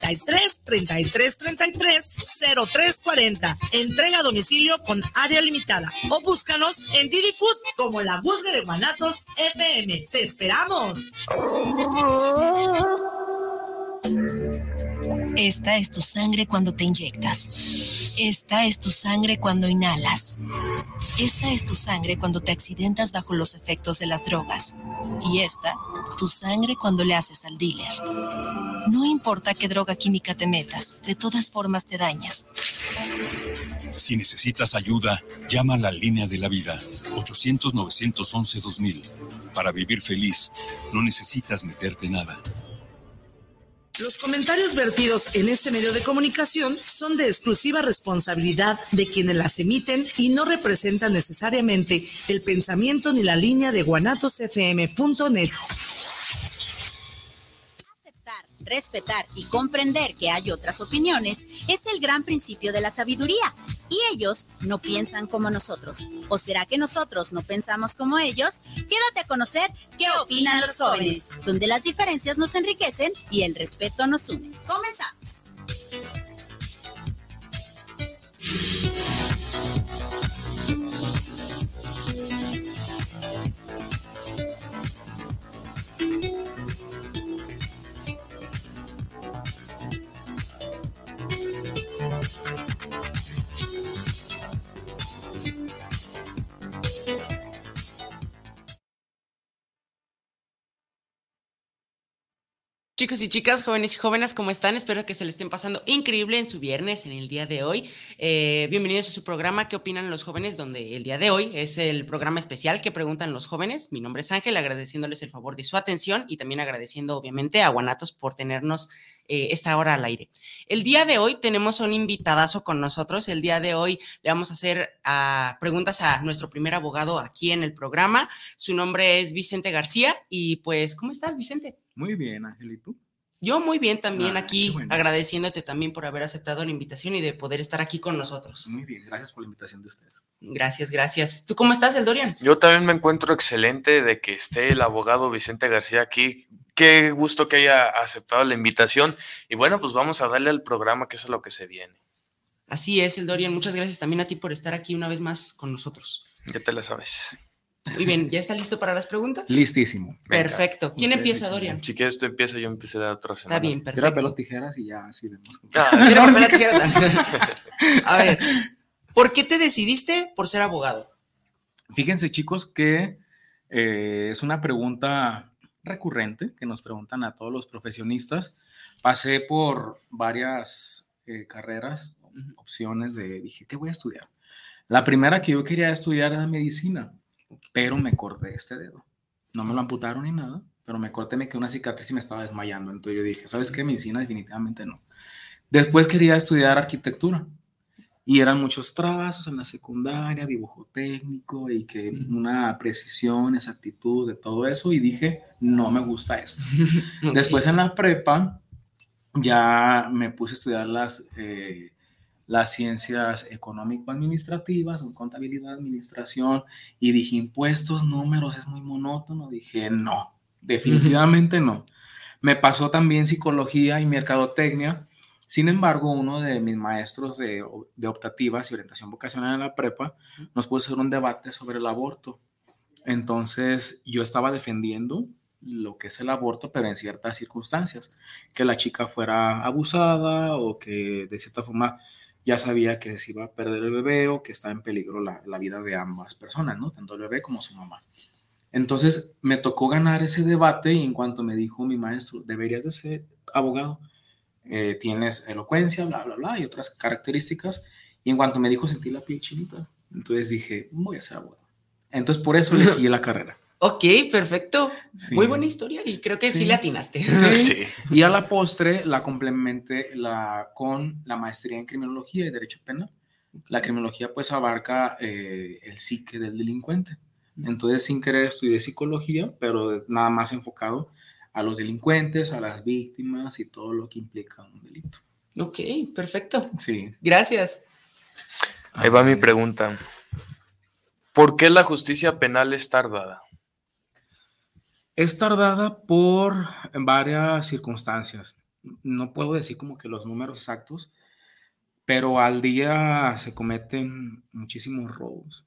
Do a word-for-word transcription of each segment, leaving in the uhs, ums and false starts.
tres, treinta y tres, treinta y tres, cero tres cuarenta. Entrega a domicilio con área limitada. O búscanos en Didi Food como La Guzga de Guanatos F M. ¡Te esperamos! Esta es tu sangre cuando te inyectas. Esta es tu sangre cuando inhalas. Esta es tu sangre cuando te accidentas bajo los efectos de las drogas. Y esta, tu sangre cuando le haces al dealer. No importa qué droga química te metas, de todas formas te dañas. Si necesitas ayuda, llama a la Línea de la Vida, ochocientos, novecientos once, dos mil. Para vivir feliz, no necesitas meterte nada. Los comentarios vertidos en este medio de comunicación son de exclusiva responsabilidad de quienes las emiten y no representan necesariamente el pensamiento ni la línea de guanatos f m punto net. Aceptar, respetar y comprender que hay otras opiniones es el gran principio de la sabiduría. Y ellos no piensan como nosotros. ¿O será que nosotros no pensamos como ellos? Quédate a conocer qué opinan los jóvenes, donde las diferencias nos enriquecen y el respeto nos une. ¡Comenzamos! Chicos y chicas, jóvenes y jóvenes, ¿cómo están? Espero que se le estén pasando increíble en su viernes, en el día de hoy. Eh, bienvenidos a su programa ¿Qué opinan los jóvenes? Donde el día de hoy es el programa especial que preguntan los jóvenes. Mi nombre es Ángel, agradeciéndoles el favor de su atención y también agradeciendo obviamente a Guanatos por tenernos eh, esta hora al aire. El día de hoy tenemos un invitadazo con nosotros. El día de hoy le vamos a hacer uh, preguntas a nuestro primer abogado aquí en el programa. Su nombre es Vicente García y pues, ¿cómo estás, Vicente? Muy bien, Ángel, ¿y tú? Yo muy bien también, ah, aquí, bueno. Agradeciéndote también por haber aceptado la invitación y de poder estar aquí con nosotros. Muy bien, gracias por la invitación de ustedes. Gracias, gracias. ¿Tú cómo estás, Eldorian? Yo también me encuentro excelente de que esté el abogado Vicente García aquí. Qué gusto que haya aceptado la invitación. Y bueno, pues vamos a darle al programa, que eso es lo que se viene. Así es, Eldorian. Muchas gracias también a ti por estar aquí una vez más con nosotros. Ya te la sabes. Muy bien, ¿ya está listo para las preguntas? Listísimo. Perfecto. Venga. ¿Quién empieza, Dorian? Si quieres tú empieza, yo empecé la otra semana. Está bien, perfecto. Tira pelota, tijeras y ya así vemos. Ah, tira pelota, tijeras. A ver, ¿por qué te decidiste por ser abogado? Fíjense, chicos, que eh, es una pregunta recurrente que nos preguntan a todos los profesionistas. Pasé por varias eh, carreras, uh-huh. opciones de, dije, ¿qué voy a estudiar? La primera que yo quería estudiar era medicina. Pero me corté este dedo. No me lo amputaron ni nada, pero me corté, me quedó una cicatriz y me estaba desmayando. Entonces yo dije, ¿sabes qué? Medicina definitivamente no. Después quería estudiar arquitectura. Y eran muchos trazos en la secundaria, dibujo técnico y que una precisión, exactitud de todo eso. Y dije, no me gusta esto. Okay. Después en la prepa ya me puse a estudiar las... Eh, las ciencias económico-administrativas, contabilidad, administración, y dije, impuestos, números, es muy monótono. Dije, no, definitivamente no. Me pasó también psicología y mercadotecnia. Sin embargo, uno de mis maestros de, de optativas y orientación vocacional en la prepa nos puso a hacer un debate sobre el aborto. Entonces, yo estaba defendiendo lo que es el aborto, pero en ciertas circunstancias, que la chica fuera abusada o que de cierta forma ya sabía que se iba a perder el bebé o que estaba en peligro la, la vida de ambas personas, ¿no? Tanto el bebé como su mamá. Entonces me tocó ganar ese debate y en cuanto me dijo mi maestro, deberías de ser abogado, eh, tienes elocuencia, bla, bla, bla, y otras características. Y en cuanto me dijo, sentí la piel chinita. Entonces dije, voy a ser abogado. Entonces por eso elegí la carrera. Ok, perfecto. Sí. Muy buena historia y creo que sí, sí le atinaste. Sí. Sí. Y a la postre la complementé la, con la maestría en criminología y derecho penal. Okay. La criminología pues abarca eh, el psique del delincuente. Entonces sin querer estudié psicología, pero nada más enfocado a los delincuentes, a las víctimas y todo lo que implica un delito. Ok, perfecto. Sí. Gracias. Ahí va mi pregunta. ¿Por qué la justicia penal es tardada? Es tardada por varias circunstancias. no puedo decir como que los números exactos, pero al día se cometen muchísimos robos,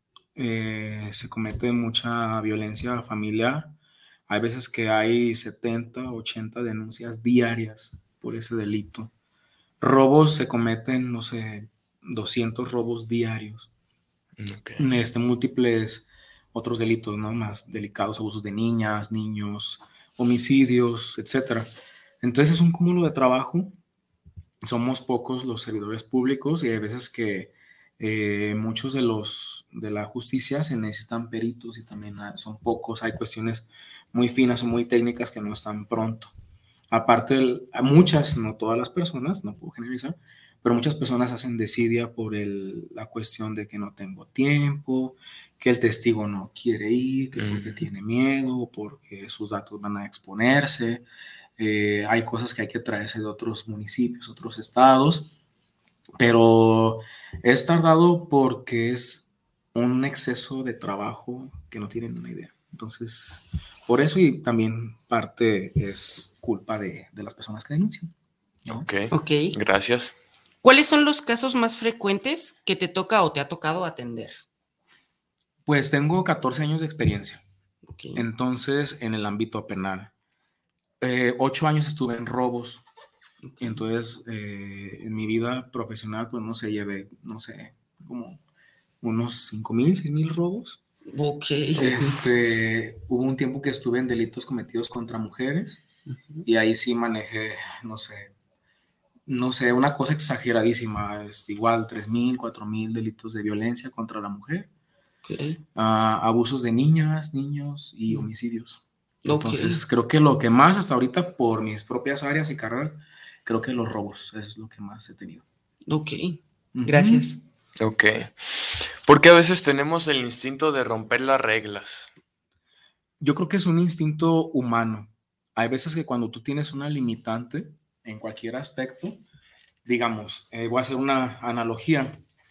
eh, se comete mucha violencia familiar. Hay veces que hay setenta, ochenta denuncias diarias por ese delito. Robos se cometen, no sé, doscientos robos diarios. Okay. Este, múltiples otros delitos, ¿no? Más delicados, abusos de niñas, niños, homicidios, etcétera. Entonces es un cúmulo de trabajo. Somos pocos los servidores públicos y hay veces que eh, muchos de los de la justicia se necesitan peritos y también son pocos. Hay cuestiones muy finas o muy técnicas que no están pronto. Aparte, muchas, no todas las personas, no puedo generalizar, pero muchas personas hacen desidia por el, la cuestión de que no tengo tiempo, que el testigo no quiere ir, que porque mm. tiene miedo, porque sus datos van a exponerse. Eh, hay cosas que hay que traerse de otros municipios, otros estados, pero es tardado porque es un exceso de trabajo que no tienen una idea. Entonces, por eso y también parte es culpa de, de las personas que denuncian, ¿no? Ok, ok. Gracias. ¿Cuáles son los casos más frecuentes que te toca o te ha tocado atender? Pues tengo catorce años de experiencia. Okay. Entonces, en el ámbito penal. Eh, ocho años estuve en robos. Okay. Entonces, eh, en mi vida profesional, pues no sé, llevé, no sé, como unos cinco mil, seis mil robos. Ok. Este, hubo un tiempo que estuve en delitos cometidos contra mujeres uh-huh. y ahí sí manejé, no sé, no sé, una cosa exageradísima, es igual tres mil, cuatro mil delitos de violencia contra la mujer, okay. uh, abusos de niñas, niños y homicidios. Entonces, okay. creo que lo que más hasta ahorita, por mis propias áreas y carreras, creo que los robos es lo que más he tenido. Ok, gracias. Uh-huh. Ok. Porque a veces tenemos el instinto de romper las reglas. Yo creo que es un instinto humano. Hay veces que cuando tú tienes una limitante en cualquier aspecto, digamos, eh, voy a hacer una analogía.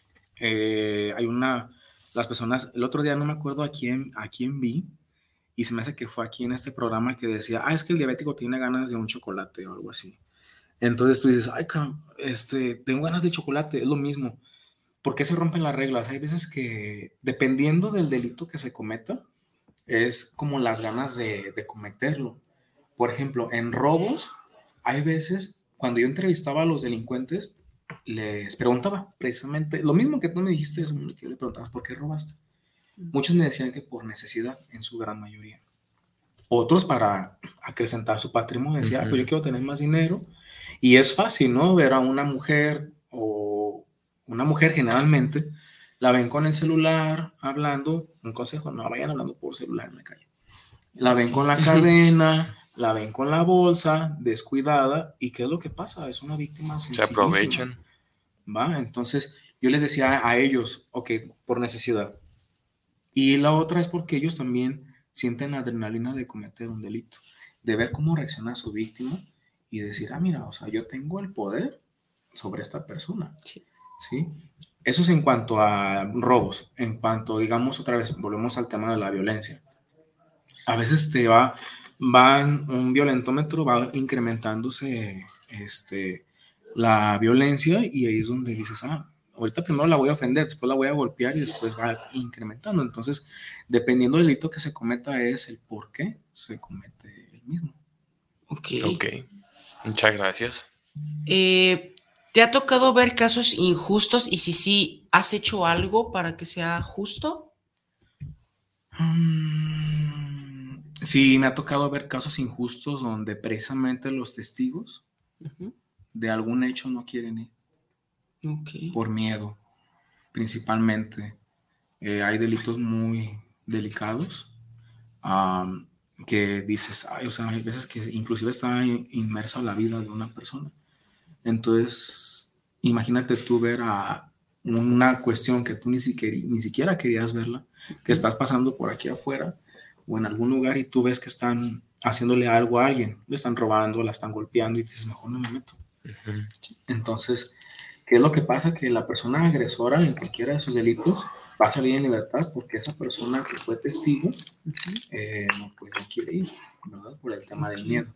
Eh, hay una, las personas, el otro día no me acuerdo a quién, a quién vi, y se me hace que fue aquí en este programa que decía, ah, es que el diabético tiene ganas de un chocolate o algo así. Entonces tú dices, ay, este, tengo ganas de chocolate, es lo mismo. ¿Por qué se rompen las reglas? Hay veces que, dependiendo del delito que se cometa, es como las ganas de, de cometerlo. Por ejemplo, en robos, hay veces, cuando yo entrevistaba a los delincuentes, les preguntaba precisamente, lo mismo que tú me dijiste, eso que yo le preguntaba, ¿por qué robaste? Muchos me decían que por necesidad, en su gran mayoría. Otros para acrecentar su patrimonio, decían, uh-huh. ah, pues yo quiero tener más dinero. Y es fácil, ¿no? Ver a una mujer o una mujer generalmente, la ven con el celular hablando, un consejo, no vayan hablando por celular en la calle. La ven con la cadena, la ven con la bolsa, descuidada, ¿y qué es lo que pasa? Es una víctima sencillísima. Se aprovechan. ¿Va? Entonces, yo les decía a ellos, ok, por necesidad. Y la otra es porque ellos también sienten la adrenalina de cometer un delito, de ver cómo reacciona su víctima y decir, ah, mira, o sea, yo tengo el poder sobre esta persona. Sí. ¿Sí? Eso es en cuanto a robos. En cuanto, digamos, otra vez, volvemos al tema de la violencia. A veces te va, va un violentómetro, va incrementándose este, la violencia y ahí es donde dices, ah, ahorita primero la voy a ofender, después la voy a golpear y después va incrementando. Entonces, dependiendo del delito que se cometa es el por qué se comete el mismo. Ok. Ok. Muchas gracias. Eh, ¿te ha tocado ver casos injustos y si sí, has hecho algo para que sea justo? Um, sí, me ha tocado ver casos injustos donde precisamente los testigos uh-huh. de algún hecho no quieren ir. Okay. Por miedo, principalmente. Eh, hay delitos muy delicados um, que dices, ay, o sea, hay veces que inclusive está inmersa la vida de una persona. Entonces, imagínate tú ver a una cuestión que tú ni siquiera, ni siquiera querías verla, que estás pasando por aquí afuera o en algún lugar y tú ves que están haciéndole algo a alguien, le están robando, la están golpeando y dices, mejor no me meto. Uh-huh. Entonces, ¿qué es lo que pasa? Que la persona agresora en cualquiera de sus delitos va a salir en libertad porque esa persona que fue testigo uh-huh. eh, no, pues no quiere ir, ¿verdad? Por el tema okay. del miedo.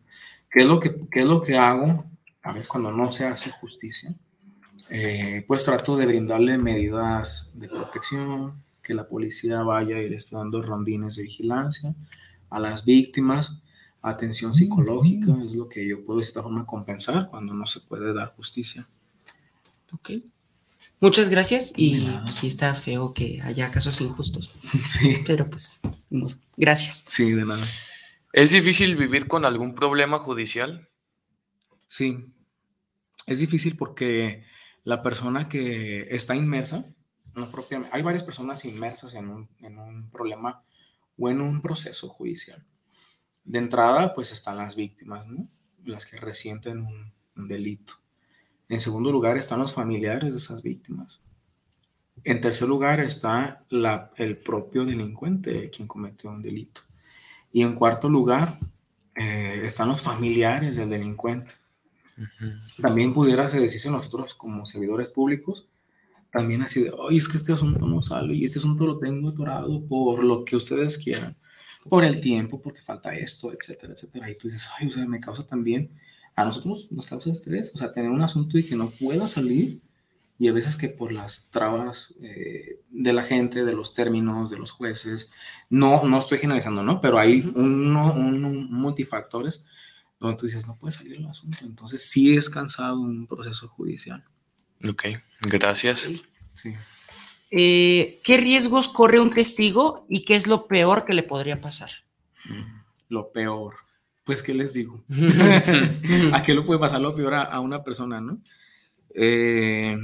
¿Qué es lo que, qué es lo que hago? A veces cuando no se hace justicia, eh, pues trato de brindarle medidas de protección, que la policía vaya y le esté dando rondines de vigilancia a las víctimas, atención psicológica, es lo que yo puedo de esta forma compensar cuando no se puede dar justicia. Ok. Muchas gracias y pues, sí está feo que haya casos injustos. Sí. Pero pues, no, gracias. Sí, de nada. ¿Es difícil vivir con algún problema judicial? Sí, es difícil porque la persona que está inmersa, no propiamente, hay varias personas inmersas en un, en un problema o en un proceso judicial. De entrada, pues están las víctimas, ¿no? Las que resienten un, un delito. En segundo lugar están los familiares de esas víctimas. En tercer lugar está la, el propio delincuente, quien cometió un delito. Y en cuarto lugar eh, están los familiares del delincuente. Uh-huh. También pudiera decirse nosotros como servidores públicos, también así de, oye, es que este asunto no sale y este asunto lo tengo atorado por lo que ustedes quieran, por el tiempo, porque falta esto, etcétera, etcétera. Y tú dices, ay, o sea, me causa también, a nosotros nos causa estrés, o sea, tener un asunto y que no pueda salir, y a veces que por las trabas eh, de la gente, de los términos, de los jueces, no, no estoy generalizando, ¿no? Pero hay uno, un, un multifactores donde tú dices, no puede salir el asunto. Entonces sí es cansado un proceso judicial. Ok, gracias. Sí. Sí. Eh, ¿Qué riesgos corre un testigo y qué es lo peor que le podría pasar? Lo peor, pues, ¿qué les digo? ¿A qué le puede pasar lo peor a, a una persona, no? Eh,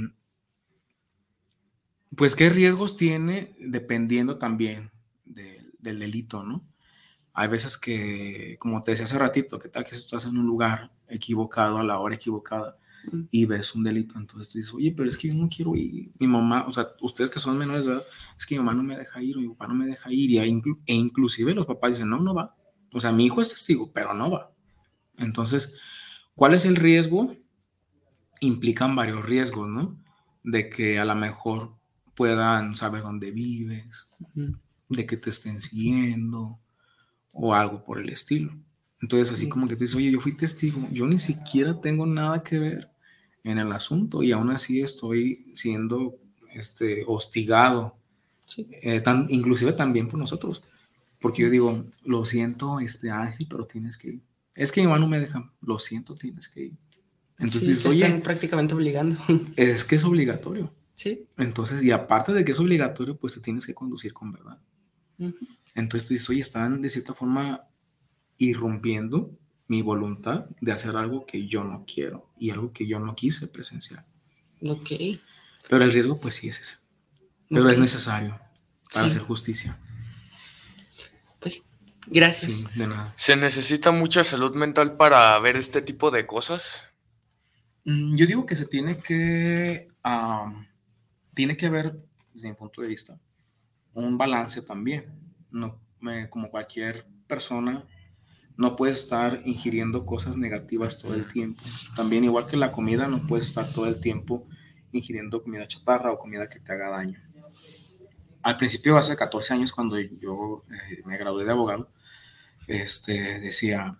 pues, ¿qué riesgos tiene? Dependiendo también de, del delito, ¿no? Hay veces que, como te decía hace ratito, ¿qué tal que estás en un lugar equivocado a la hora equivocada y ves un delito? Entonces tú dices, oye, pero es que yo no quiero ir. Mi mamá, o sea, ustedes que son menores de edad, es que mi mamá no me deja ir o mi papá no me deja ir. Y inclu- e inclusive los papás dicen, no, no va. O sea, mi hijo es testigo, pero no va. Entonces, ¿cuál es el riesgo? Implican varios riesgos, ¿no? De que a lo mejor puedan saber dónde vives, de que te estén siguiendo o algo por el estilo. Entonces, así como que tú dices, oye, yo fui testigo, yo ni siquiera tengo nada que ver en el asunto y aún así estoy siendo este, hostigado, sí. eh, tan, inclusive también por nosotros, porque yo digo, lo siento, este Ángel, pero tienes que ir. Es que mi mamá no me deja, lo siento, tienes que ir. Entonces, sí, dices, te oye, están prácticamente obligando. Es que es obligatorio. Sí. Entonces, y aparte de que es obligatorio, pues te tienes que conducir con verdad. Uh-huh. Entonces tú dices, oye, están de cierta forma irrumpiendo mi voluntad de hacer algo que yo no quiero y algo que yo no quise presenciar. Ok. Pero el riesgo, pues sí es ese. Pero okay. Es necesario para sí. hacer justicia. Pues sí. Gracias. Sí, de nada. ¿Se necesita mucha salud mental para ver este tipo de cosas? Mm, yo digo que se tiene que, um, tiene que haber, desde mi punto de vista, un balance también. No, me, como cualquier persona, no puedes estar ingiriendo cosas negativas todo el tiempo. También, igual que la comida, no puedes estar todo el tiempo ingiriendo comida chatarra o comida que te haga daño. Al principio, hace catorce años, cuando yo eh, me gradué de abogado, este, decía,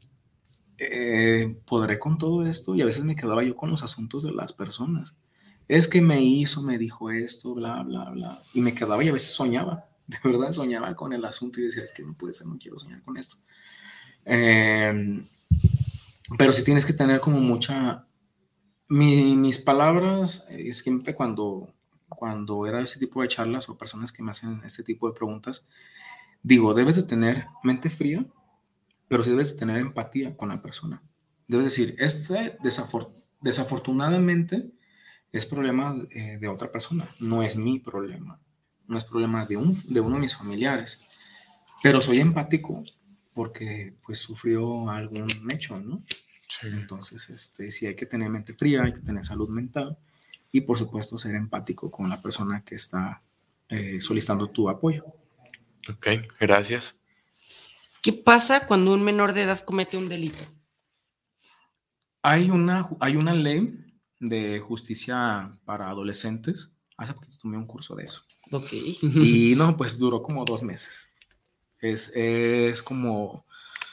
eh, ¿podré con todo esto? Y a veces me quedaba yo con los asuntos de las personas. Es que me hizo, me dijo esto, bla, bla, bla. Y me quedaba y a veces soñaba. De verdad, soñaba con el asunto y decía, es que no puede ser, no quiero soñar con esto. Eh, pero sí tienes que tener como mucha... Mi, mis palabras, eh, siempre cuando, cuando era ese tipo de charlas o personas que me hacen este tipo de preguntas, digo, debes de tener mente fría, pero sí debes de tener empatía con la persona. Debes decir, este desafor- desafortunadamente es problema eh, de otra persona, no es mi problema, no es problema de, un, de uno de mis familiares, pero soy empático porque pues sufrió algún hecho, ¿no? Sí. Entonces, este, sí hay que tener mente fría, hay que tener salud mental y por supuesto ser empático con la persona que está eh, solicitando tu apoyo. Ok, gracias. ¿Qué pasa cuando un menor de edad comete un delito? Hay una, hay una ley de justicia para adolescentes. Hace poquito tomé un curso de eso. Ok. Y no, pues duró como dos meses. Es, es como...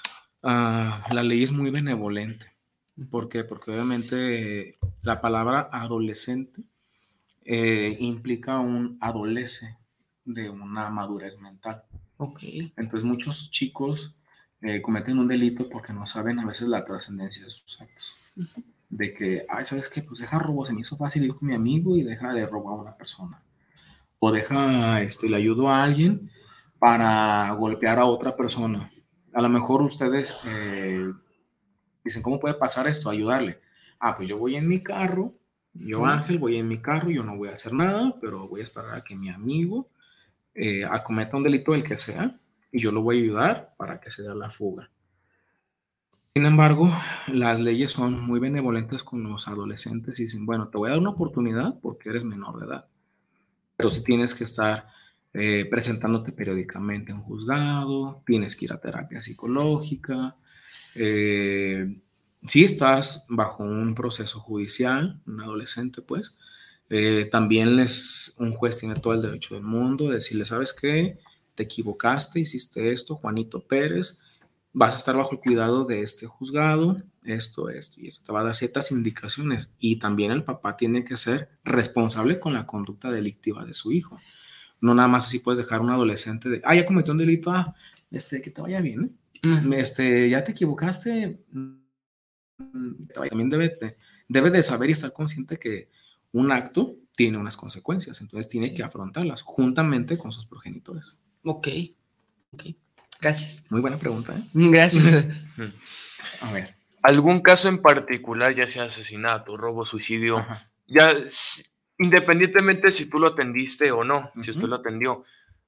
Uh, la ley es muy benevolente. ¿Por qué? Porque obviamente la palabra adolescente eh, implica un adolece de una madurez mental. Ok. Entonces muchos chicos eh, cometen un delito porque no saben a veces la trascendencia de sus actos. Uh-huh. De que, ay, ¿sabes qué? Pues deja robo, se me hizo fácil ir con mi amigo y deja de robar a una persona. O deja, este, le ayudo a alguien para golpear a otra persona. A lo mejor ustedes eh, dicen, ¿cómo puede pasar esto? Ayudarle. Ah, pues yo voy en mi carro, yo Ángel voy en mi carro, yo no voy a hacer nada, pero voy a esperar a que mi amigo eh, acometa un delito, el que sea, y yo lo voy a ayudar para que se dé la fuga. Sin embargo, las leyes son muy benevolentes con los adolescentes y dicen, bueno, te voy a dar una oportunidad porque eres menor de edad, pero sí tienes que estar eh, presentándote periódicamente en juzgado, tienes que ir a terapia psicológica, eh, si estás bajo un proceso judicial, un adolescente, pues, eh, también les, un juez tiene todo el derecho del mundo de decirle, ¿sabes qué? Te equivocaste, hiciste esto, Juanito Pérez, vas a estar bajo el cuidado de este juzgado, esto, esto, y eso te va a dar ciertas indicaciones. Y también el papá tiene que ser responsable con la conducta delictiva de su hijo. No nada más así puedes dejar a un adolescente de, ah, ya cometió un delito, ah, este, que te vaya bien, ¿eh? Uh-huh. Este, ya te equivocaste, también debe de, debe de saber y estar consciente que un acto tiene unas consecuencias, entonces tiene sí. que afrontarlas juntamente con sus progenitores. Ok, ok, gracias. Muy buena pregunta, ¿eh? Gracias. A ver. ¿Algún caso en particular, ya sea asesinato, robo, suicidio, Ajá. ya independientemente si tú lo atendiste o no, uh-huh. si usted lo atendió,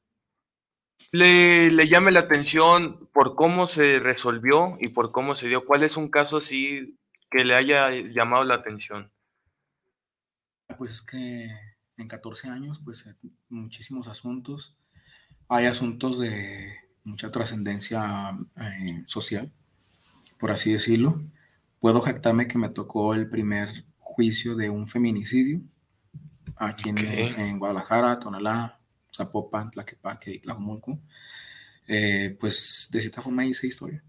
Le, le llame la atención por cómo se resolvió y por cómo se dio? ¿Cuál es un caso así que le haya llamado la atención? Pues es que en catorce años, pues muchísimos asuntos. Hay asuntos de mucha trascendencia eh, social, por así decirlo. Puedo jactarme que me tocó el primer juicio de un feminicidio aquí okay. en, en Guadalajara, Tonalá, Zapopan, Tlaquepaque y Tlajomulco. Eh, pues de cierta forma hice historia.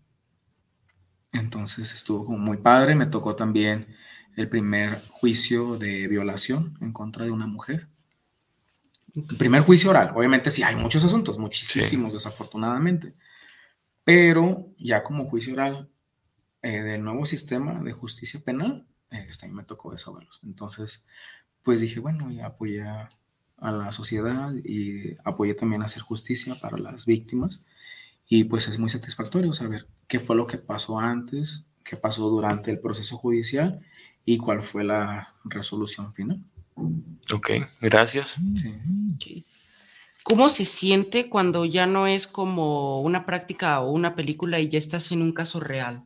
Entonces estuvo como muy padre. Me tocó también el primer juicio de violación en contra de una mujer. El primer juicio oral. Obviamente sí hay muchos asuntos, muchísimos sí. desafortunadamente. Pero ya como juicio oral eh, del nuevo sistema de justicia penal, eh, este, me tocó desahogarlos. Entonces, pues dije, bueno, ya apoyé a, a la sociedad y apoyé también a hacer justicia para las víctimas. Y pues es muy satisfactorio saber qué fue lo que pasó antes, qué pasó durante el proceso judicial y cuál fue la resolución final. Ok, gracias. Sí. Okay. ¿Cómo se siente cuando ya no es como una práctica o una película y ya estás en un caso real?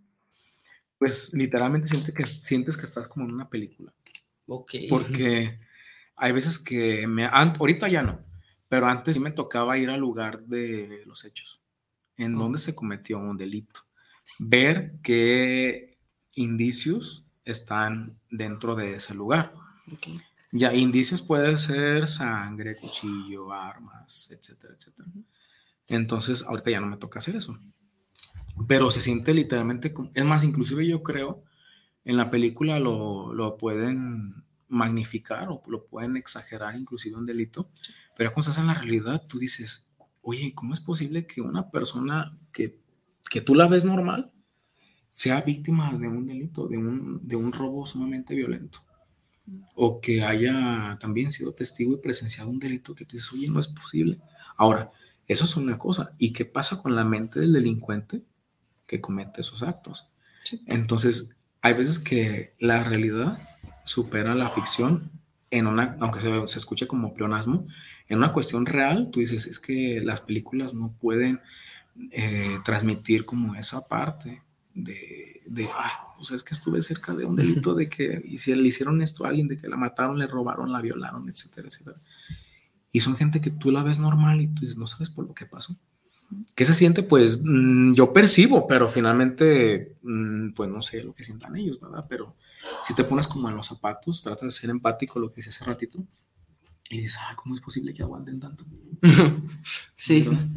Pues literalmente siente que, sientes que estás como en una película. Ok. Porque hay veces que, me, ahorita ya no, pero antes sí me tocaba ir al lugar de los hechos, en oh. donde se cometió un delito. Ver qué indicios están dentro de ese lugar. Okay. Ya, indicios pueden ser sangre, cuchillo, armas, etcétera, etcétera. Entonces, ahorita ya no me toca hacer eso. Pero se siente literalmente, es más, inclusive yo creo, en la película lo, lo pueden magnificar o lo pueden exagerar, inclusive un delito, pero cuando estás en la realidad, tú dices, oye, ¿cómo es posible que una persona que, que tú la ves normal sea víctima de un delito, de un, de un robo sumamente violento? O que haya también sido testigo y presenciado un delito que tú dices, oye, no es posible. Ahora, eso es una cosa. ¿Y qué pasa con la mente del delincuente que comete esos actos? Sí. Entonces, hay veces que la realidad supera la ficción en una, aunque se, se escuche como pleonasmo, en una cuestión real, tú dices, es que las películas no pueden eh, transmitir como esa parte de, de ah, o sea, es que estuve cerca de un delito, de que y si le hicieron esto a alguien, de que la mataron, le robaron, la violaron, etcétera, etcétera. Y son gente que tú la ves normal y tú dices, no sabes por lo que pasó. ¿Qué se siente? Pues mmm, yo percibo, pero finalmente, mmm, pues no sé lo que sientan ellos, ¿verdad? Pero si te pones como en los zapatos, tratas de ser empático, lo que hice hace ratito, y dices, ah, ¿cómo es posible que aguanten tanto? Sí.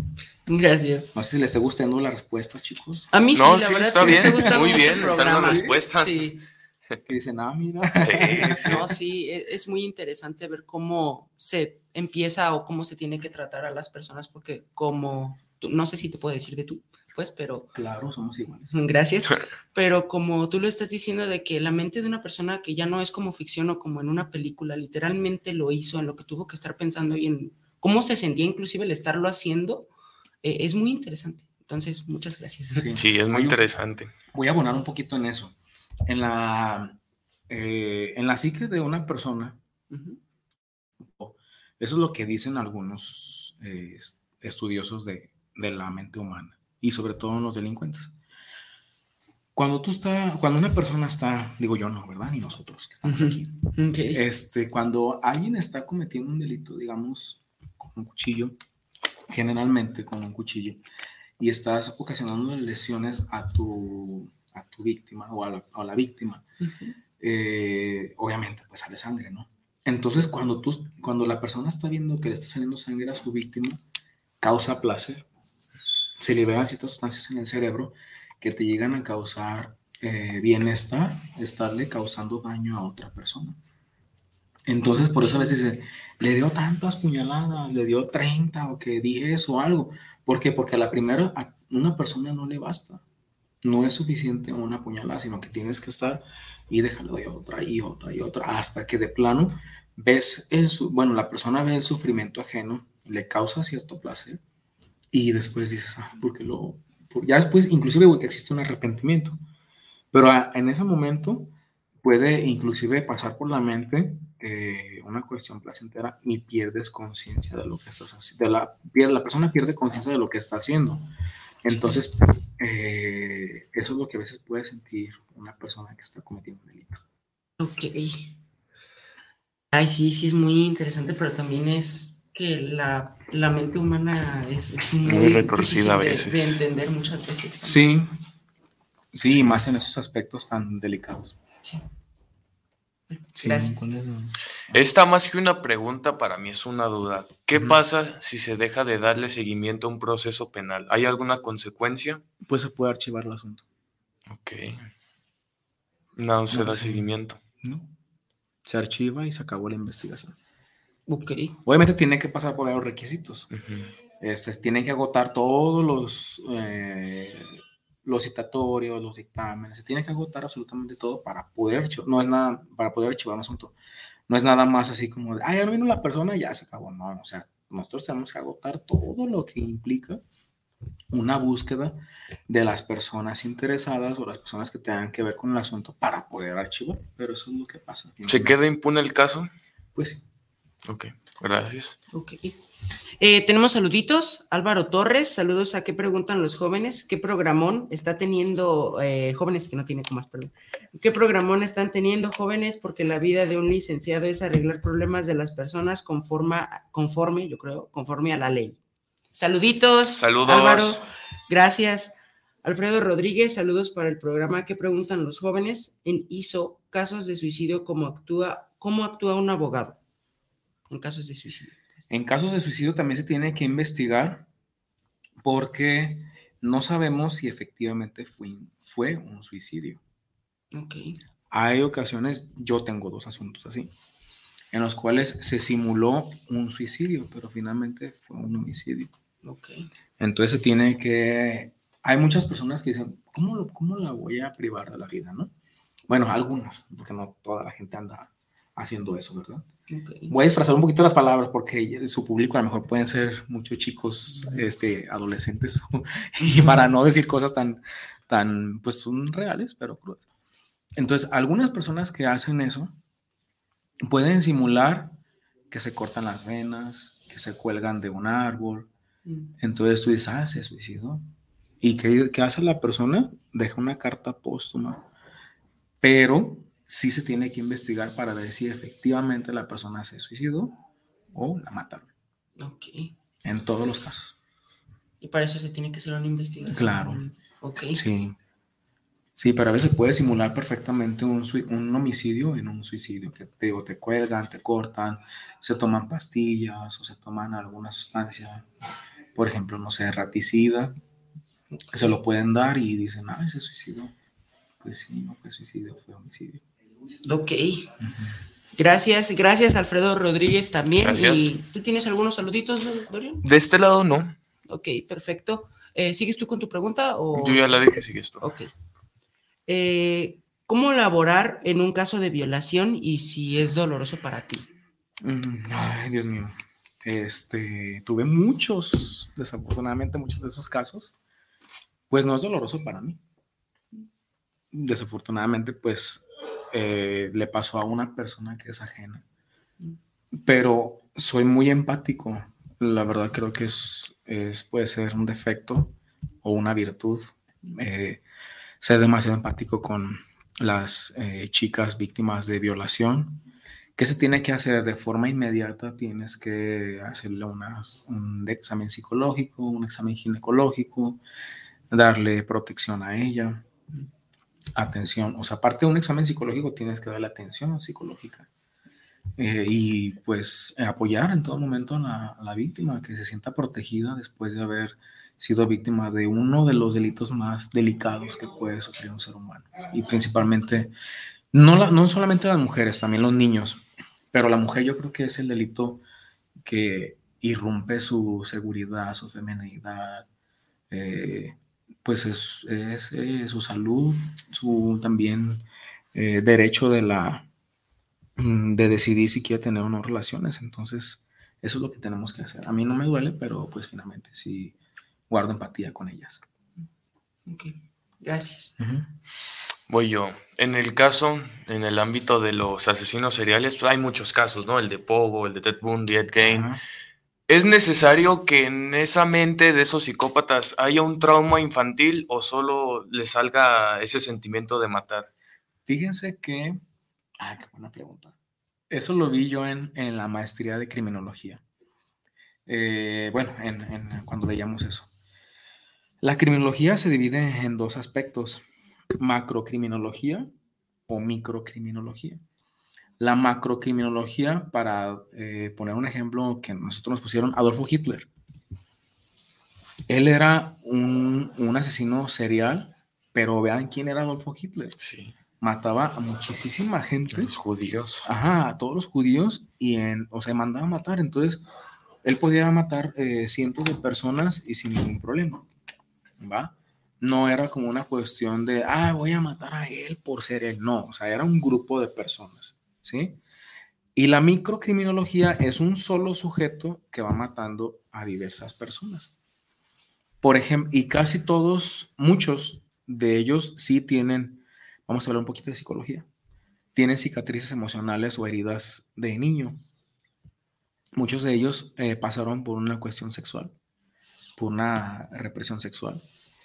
Gracias. No sé si les está gustando las respuestas, chicos. A mí sí, no, la sí, verdad está sí me bien, está gustando muy mucho bien, el están programa. las respuestas. Sí. Que dicen, ah, mira. Sí, sí. No, sí, e- es muy interesante ver cómo se empieza o cómo se tiene que tratar a las personas, porque como, tú- no sé si te puedo decir de tú, pues, pero Claro, somos iguales. gracias, pero como tú lo estás diciendo de que la mente de una persona que ya no es como ficción o como en una película, literalmente lo hizo, en lo que tuvo que estar pensando y en cómo se sentía inclusive el estarlo haciendo, eh, es muy interesante. Entonces, muchas gracias. Sí, Sí, es muy Oye, interesante. Voy a abonar un poquito en eso. En la, eh, en la psique de una persona, Ujú. eso es lo que dicen algunos eh, estudiosos de, de la mente humana y sobre todo los delincuentes. Cuando tú estás, cuando una persona está, digo yo no, ¿verdad? Ni nosotros que estamos Ujú. aquí. Okay. Este, cuando alguien está cometiendo un delito, digamos, con un cuchillo, generalmente con un cuchillo, y estás ocasionando lesiones a tu, a tu víctima o a la, a la víctima, Ujú. eh, obviamente pues sale sangre, ¿no? Entonces cuando, tú, cuando la persona está viendo que le está saliendo sangre a su víctima, causa placer, se liberan ciertas sustancias en el cerebro que te llegan a causar eh, bienestar, estarle causando daño a otra persona. Entonces, por eso a veces dice, le dio tantas puñaladas, le dio treinta o que diez o algo. ¿Por qué? Porque a la primera, a una persona no le basta. No es suficiente una puñalada, sino que tienes que estar y dejarle de otra y otra y otra, hasta que de plano ves el, bueno, la persona ve el sufrimiento ajeno, le causa cierto placer y después dices, ah, porque lo, por, ya después inclusive existe un arrepentimiento, pero a, en ese momento puede inclusive pasar por la mente eh, una cuestión placentera y pierdes conciencia de lo que estás haciendo, la, la persona pierde conciencia de lo que está haciendo. Entonces, eh, eso es lo que a veces puede sentir una persona que está cometiendo un delito. Ok. Ay, sí, sí, es muy interesante, pero también es que la, la mente humana es, es muy, Muy retorcida difícil a de, veces. de entender muchas veces. También. Sí, sí, sí, más en esos aspectos tan delicados. Sí. Sí, Gracias. ¿cuál es? Esta más que una pregunta para mí es una duda. ¿Qué Ujú. pasa si se deja de darle seguimiento a un proceso penal? ¿Hay alguna consecuencia? Pues se puede archivar el asunto. Ok. No se No, da sí. seguimiento. No. Se archiva y se acabó la investigación. Ok. Obviamente tiene que pasar por ahí los requisitos. Ujú. Este, tienen que agotar todos los, eh, los citatorios, los dictámenes. Se tiene que agotar absolutamente todo para poder archivar. No es nada, para poder archivar un asunto. No es nada más así como de, ah, ya no vino la persona y ya se acabó. No, o sea, nosotros tenemos que agotar todo lo que implica una búsqueda de las personas interesadas o las personas que tengan que ver con el asunto para poder archivar. Pero eso es lo que pasa. ¿Se queda impune el caso? Pues sí. Ok, gracias. Ok. Eh, tenemos saluditos. Álvaro Torres, saludos a qué preguntan los jóvenes. ¿Qué programón está teniendo, eh, jóvenes que no tienen comas, perdón? ¿Qué programón están teniendo jóvenes? Porque la vida de un licenciado es arreglar problemas de las personas conforme, conforme yo creo, conforme a la ley. Saluditos. Saludos. Álvaro, gracias. Alfredo Rodríguez, saludos para el programa ¿Qué preguntan los jóvenes? En I S O, casos de suicidio, ¿cómo actúa, cómo actúa un abogado en casos de suicidio? En casos de suicidio también se tiene que investigar porque no sabemos si efectivamente fue, fue un suicidio. Ok. Hay ocasiones, yo tengo dos asuntos así, en los cuales se simuló un suicidio, pero finalmente fue un homicidio. Ok. Entonces se tiene que... Hay muchas personas que dicen, ¿cómo, lo, cómo la voy a privar de la vida, no? Bueno, algunas, porque no toda la gente anda haciendo eso, ¿verdad? Okay. Voy a disfrazar un poquito las palabras porque su público a lo mejor pueden ser muchos chicos este, adolescentes y para no decir cosas tan, tan, pues son reales, pero crudas. Entonces, algunas personas que hacen eso pueden simular que se cortan las venas, que se cuelgan de un árbol. Entonces tú dices, ah, se suicidó. ¿Y qué, qué hace la persona? Deja una carta póstuma, pero sí se tiene que investigar para ver si efectivamente la persona se suicidó o la mataron. Ok. En todos los casos. Y para eso se tiene que hacer una investigación. Claro. Ok. Sí. Sí, pero a veces puede simular perfectamente un, un homicidio en un suicidio, que te, o te cuelgan, te cortan, se toman pastillas o se toman alguna sustancia por ejemplo, no sé, raticida, se lo pueden dar y dicen, ah, se suicidó. Pues sí, no fue suicidio, fue homicidio. Ok. Uh-huh. Gracias, gracias Alfredo Rodríguez también. Gracias. ¿Y tú tienes algunos saluditos, Dorian? De este lado no. Ok, perfecto. Eh, ¿Sigues tú con tu pregunta? O... Yo ya la dije, sigues tú. Ok. Eh, ¿Cómo laborar en un caso de violación y si es doloroso para ti? Ay, Dios mío. Este, tuve muchos, desafortunadamente, muchos de esos casos. Pues no es doloroso para mí. Desafortunadamente, pues eh, le pasó a una persona que es ajena. Pero soy muy empático. La verdad creo que es, es puede ser un defecto o una virtud. Eh, ser demasiado empático con las eh, chicas víctimas de violación. ¿Qué se tiene que hacer de forma inmediata? Tienes que hacerle una, un examen psicológico, un examen ginecológico, darle protección a ella, atención. O sea, aparte de un examen psicológico, tienes que darle atención psicológica. Eh, y pues apoyar en todo momento a la, a la víctima, que se sienta protegida después de haber sido víctima de uno de los delitos más delicados que puede sufrir un ser humano. Y principalmente, no, la, no solamente las mujeres, también los niños, pero la mujer yo creo que es el delito que irrumpe su seguridad, su feminidad, eh, pues es, es eh, su salud, su también eh, derecho de la de decidir si quiere tener o no relaciones. Entonces eso es lo que tenemos que hacer. A mí no me duele, pero pues finalmente sí guardo empatía con ellas. Ok, gracias. Uh-huh. Voy yo. En el caso, en el ámbito de los asesinos seriales, pues hay muchos casos, ¿no? El de Pogo, el de Ted Bundy, Ed Gein. Uh-huh. ¿Es necesario que en esa mente de esos psicópatas haya un trauma infantil o solo les salga ese sentimiento de matar? Fíjense que... Ah, qué buena pregunta. Eso lo vi yo en, en la maestría de criminología. Eh, bueno, en, en, cuando veíamos eso. La criminología se divide en dos aspectos: macrocriminología o microcriminología. La macrocriminología, para eh, poner un ejemplo que nosotros nos pusieron, Adolfo Hitler. Él era un, un asesino serial, pero vean quién era Adolfo Hitler. Sí. Mataba a muchísima gente. Los judíos. Ajá, a todos los judíos, y en, o sea, mandaba a matar. Entonces, él podía matar eh, cientos de personas y sin ningún problema, ¿va? No era como una cuestión de, ah, voy a matar a él por ser él. No, o sea, era un grupo de personas, ¿sí? Y la microcriminología es un solo sujeto que va matando a diversas personas. Por ejemplo, y casi todos, muchos de ellos sí tienen, vamos a hablar un poquito de psicología, tienen cicatrices emocionales o heridas de niño. Muchos de ellos eh, pasaron por una cuestión sexual, por una represión sexual.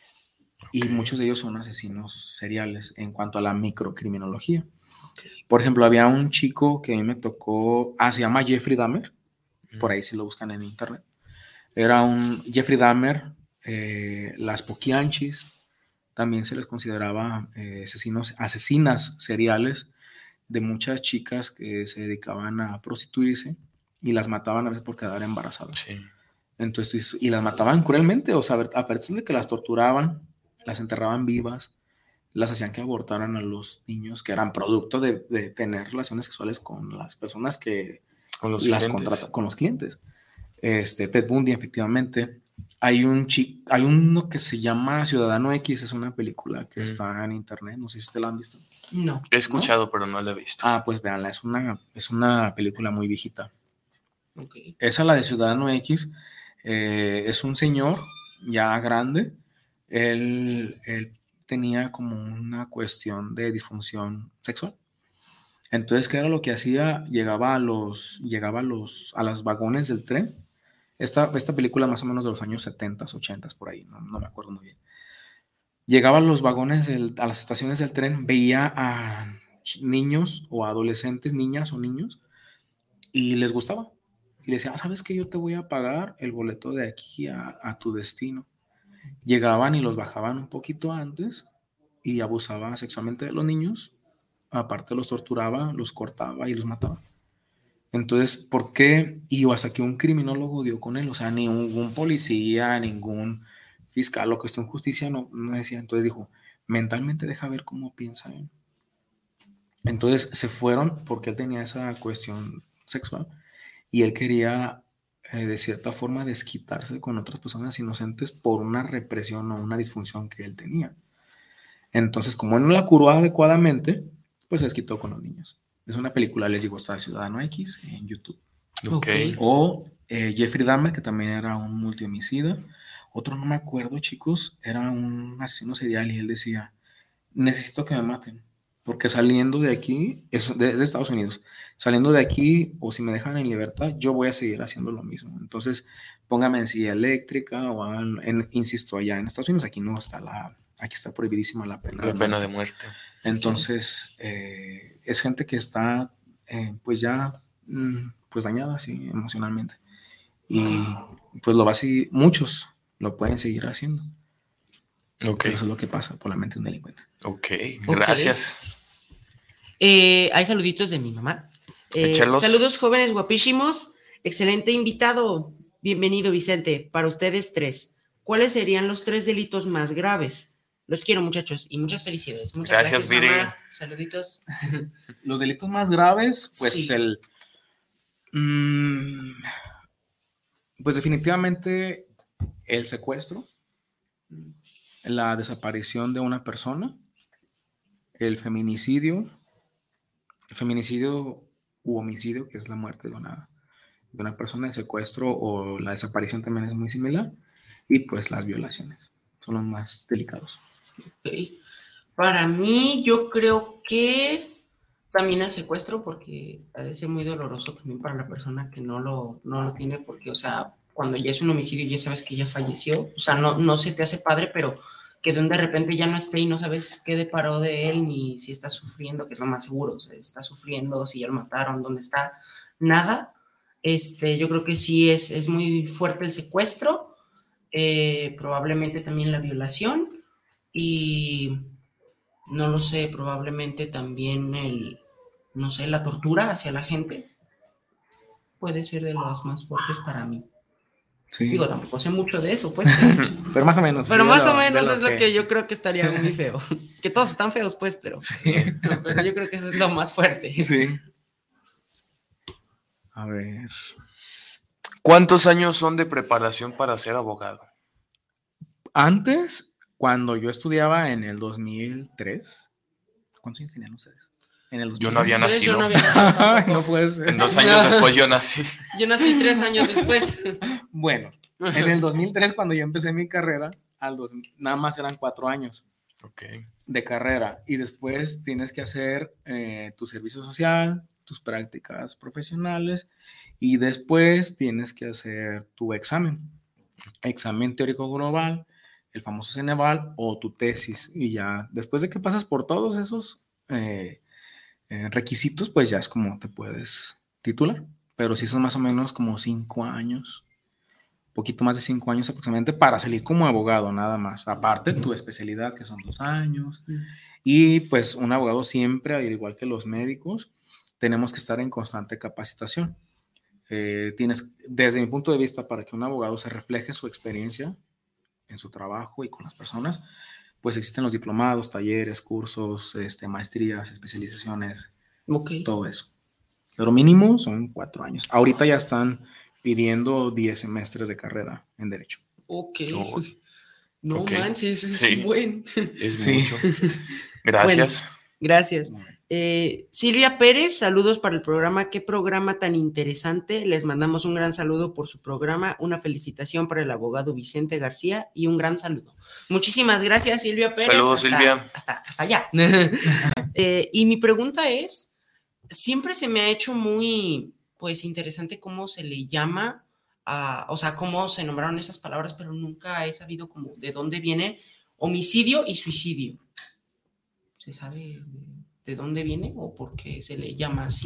Y muchos de ellos son asesinos seriales en cuanto a la microcriminología. Por ejemplo, había un chico que a mí me tocó, ah, se llama Jeffrey Dahmer, por ahí si lo buscan en internet. Era un Jeffrey Dahmer, eh, las poquianchis, también se les consideraba eh, asesinos, asesinas seriales de muchas chicas que se dedicaban a prostituirse y las mataban a veces por quedar embarazadas. Sí. Entonces, y las mataban cruelmente, o sea, a partir de que las torturaban, las enterraban vivas, las hacían que abortaran a los niños que eran producto de, de tener relaciones sexuales con las personas que con los las clientes. contratan, con los clientes. Este, Ted Bundy, efectivamente. Hay un chico, hay uno que se llama Ciudadano X, es una película que mm. está en internet, no sé si ustedes la han visto. No. He escuchado, ¿no? Pero no la he visto. Ah, pues véanla, es una, es una película muy viejita. Okay. Esa, la de Ciudadano X, eh, es un señor ya grande. Él, él tenía como una cuestión de disfunción sexual. Entonces, ¿qué era lo que hacía? Llegaba a los, llegaba a los, a los vagones del tren. Esta, esta película más o menos de los años setenta, ochenta, por ahí, no, no me acuerdo muy bien. Llegaba a los vagones, del, a las estaciones del tren, veía a niños o adolescentes, niñas o niños, y les gustaba. Y le decía, ¿sabes qué? Yo te voy a pagar el boleto de aquí a, a tu destino. Llegaban y los bajaban un poquito antes y abusaba sexualmente de los niños. Aparte los torturaba, los cortaba y los mataba. Entonces, ¿por qué? Y hasta que un criminólogo dio con él, o sea, ningún policía, ningún fiscal o cuestión de justicia no, no decía. Entonces dijo, mentalmente deja ver cómo piensa él. Entonces se fueron porque él tenía esa cuestión sexual y él quería, eh, de cierta forma, desquitarse con otras personas inocentes por una represión o una disfunción que él tenía. Entonces, como él no la curó adecuadamente, pues se desquitó con los niños. Es una película, les digo, está Ciudadano X en YouTube. Ok. O eh, Jeffrey Dahmer, que también era un multihomicida. Otro no me acuerdo, chicos, era un asesino serial y él decía, necesito que me maten, porque saliendo de aquí, es de, es de Estados Unidos, saliendo de aquí o si me dejan en libertad, yo voy a seguir haciendo lo mismo. Entonces, póngame en silla eléctrica o en, en, insisto, allá en Estados Unidos, aquí no está la, aquí está prohibidísima la pena. La pena de muerte. Entonces, eh, es gente que está, eh, pues ya, mm, pues dañada, sí, emocionalmente. Y pues lo va a seguir, muchos lo pueden seguir haciendo. Ok. Pero eso es lo que pasa por la mente de un delincuente. Ok, gracias. Eh, hay saluditos de mi mamá. Eh, saludos jóvenes guapísimos. Excelente invitado. Bienvenido, Vicente. Para ustedes tres, ¿cuáles serían los tres delitos más graves? Los quiero, muchachos, y muchas felicidades. Muchas gracias, gracias mamá. Saluditos. Los delitos más graves, pues sí. el... Mmm, pues definitivamente el secuestro, la desaparición de una persona, el feminicidio, el feminicidio u homicidio, que es la muerte de una, de una persona, el secuestro o la desaparición también es muy similar, y pues las violaciones son los más delicados. Okay. Para mí, yo creo que también el secuestro, porque ha de ser muy doloroso también para la persona que no lo, no lo tiene, porque, o sea, cuando ya es un homicidio ya sabes que ya falleció, o sea, no, no se te hace padre, pero que de repente ya no esté y no sabes qué deparó de él, ni si está sufriendo, que es lo más seguro, o sea, está sufriendo, si ya lo mataron, dónde está, nada. Este, yo creo que sí es, es muy fuerte el secuestro, eh, probablemente también la violación, y no lo sé, probablemente también el, no sé, la tortura hacia la gente puede ser de las más fuertes para mí. Sí. Digo, tampoco sé mucho de eso, pues. Pero más o menos. Pero sí, más lo, o menos lo es que... lo que yo creo que estaría muy feo. Que todos están feos, pues, pero, sí. pero yo creo que eso es lo más fuerte. Sí. A ver. ¿Cuántos años son de preparación para ser abogado? Antes, cuando yo estudiaba en el dos mil tres, ¿cuántos años tenían ustedes? En el yo no había nacido. Yo no había nacido no puede ser. En dos años no. después yo nací. Yo nací tres años después. Bueno, en el dos mil tres, cuando yo empecé mi carrera, al dos, nada más eran cuatro años okay. de carrera. Y después tienes que hacer eh, tu servicio social, tus prácticas profesionales, y después tienes que hacer tu examen. Examen teórico global, el famoso Ceneval, o tu tesis. Y ya, después de que pasas por todos esos... Eh, Eh, requisitos, pues ya es como te puedes titular, pero sí son más o menos como cinco años, poquito más de cinco años aproximadamente para salir como abogado nada más, aparte tu especialidad que son dos años, mm. y pues un abogado siempre, al igual que los médicos, tenemos que estar en constante capacitación. Eh, tienes, desde mi punto de vista, para que un abogado se refleje su experiencia en su trabajo y con las personas, pues existen los diplomados, talleres, cursos, este, maestrías, especializaciones, okay. todo eso. Pero mínimo son cuatro años. Ahorita ya están pidiendo diez semestres de carrera en Derecho. Ok. Oh. No okay. manches, es sí. buen. Es sí. mucho. Gracias. Bueno, gracias. Eh, Silvia Pérez, saludos para el programa. Qué programa tan interesante. Les mandamos un gran saludo por su programa. Una felicitación para el abogado Vicente García y un gran saludo. Muchísimas gracias, Silvia Pérez. Saludos, hasta, Silvia. Hasta, hasta allá. eh, y mi pregunta es, siempre se me ha hecho muy, pues, interesante cómo se le llama, a, o sea, cómo se nombraron esas palabras, pero nunca he sabido como de dónde viene homicidio y suicidio. ¿Se sabe de dónde viene o por qué se le llama así?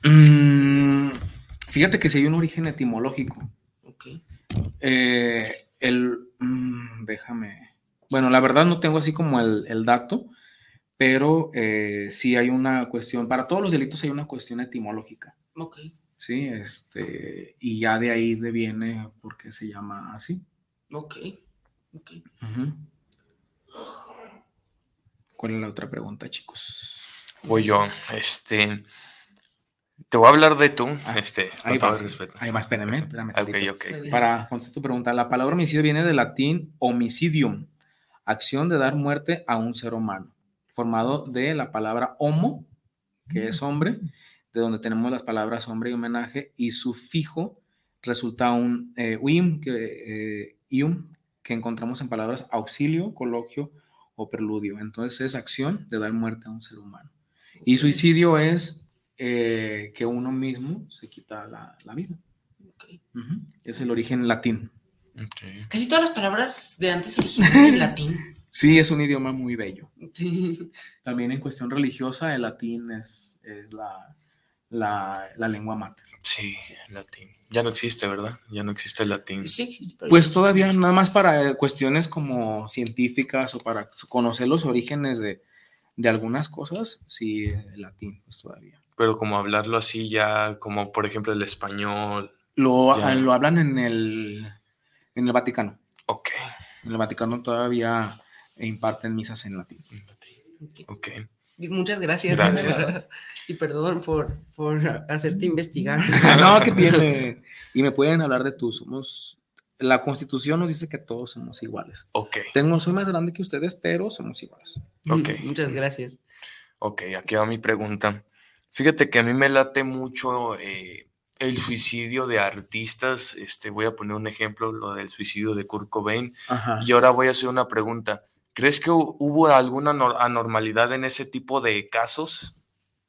Mm, fíjate que sí hay un origen etimológico. Okay. Eh, el, mm, déjame... Bueno, la verdad no tengo así como el, el dato, pero eh, sí hay una cuestión, para todos los delitos hay una cuestión etimológica. Okay. Sí, este, y ya de ahí deviene por qué se llama así. Ok, ok. Uh-huh. ¿Cuál es la otra pregunta, chicos? Voy yo, este, te voy a hablar de tú, Ah, este, ahí con va, todo el respeto. ahí va, espérame, espérame. Ok, tantito. ok. Para contestar tu pregunta, la palabra homicidio viene del latín homicidium, acción de dar muerte a un ser humano, formado de la palabra homo, que es hombre, de donde tenemos las palabras hombre y homenaje, y su fijo resulta un eh, ium, que, eh, ium, que encontramos en palabras auxilio, coloquio o preludio. Entonces es acción de dar muerte a un ser humano. Y suicidio es eh, que uno mismo se quita la, la vida. Okay. Uh-huh. Es el origen latín. Okay. Casi todas las palabras de antes originaron en latín. Sí, es un idioma muy bello. Sí. También en cuestión religiosa, el latín es, es la, la, la lengua mater. Sí, el latín. Ya no existe, ¿verdad? Ya no existe el latín. Sí existe. Pero pues todavía nada más para cuestiones como científicas o para conocer los orígenes de, de algunas cosas, sí, el latín, pues todavía. Pero como hablarlo así ya, como por ejemplo el español. Lo, ya... lo hablan en el, en el Vaticano. Ok. En el Vaticano todavía imparten misas en latín. Ok. Muchas gracias. Gracias. Y perdón por, por hacerte investigar. No, que tiene. Y me pueden hablar de tú. Somos. La Constitución nos dice que todos somos iguales. Ok. Tengo, soy más grande que ustedes, pero somos iguales. Ok. Muchas gracias. Ok, aquí va mi pregunta. Fíjate que a mí me late mucho eh, el suicidio de artistas. Este, voy a poner un ejemplo, lo del suicidio de Kurt Cobain. Ajá. Y ahora voy a hacer una pregunta. ¿Crees que hubo alguna anormalidad en ese tipo de casos?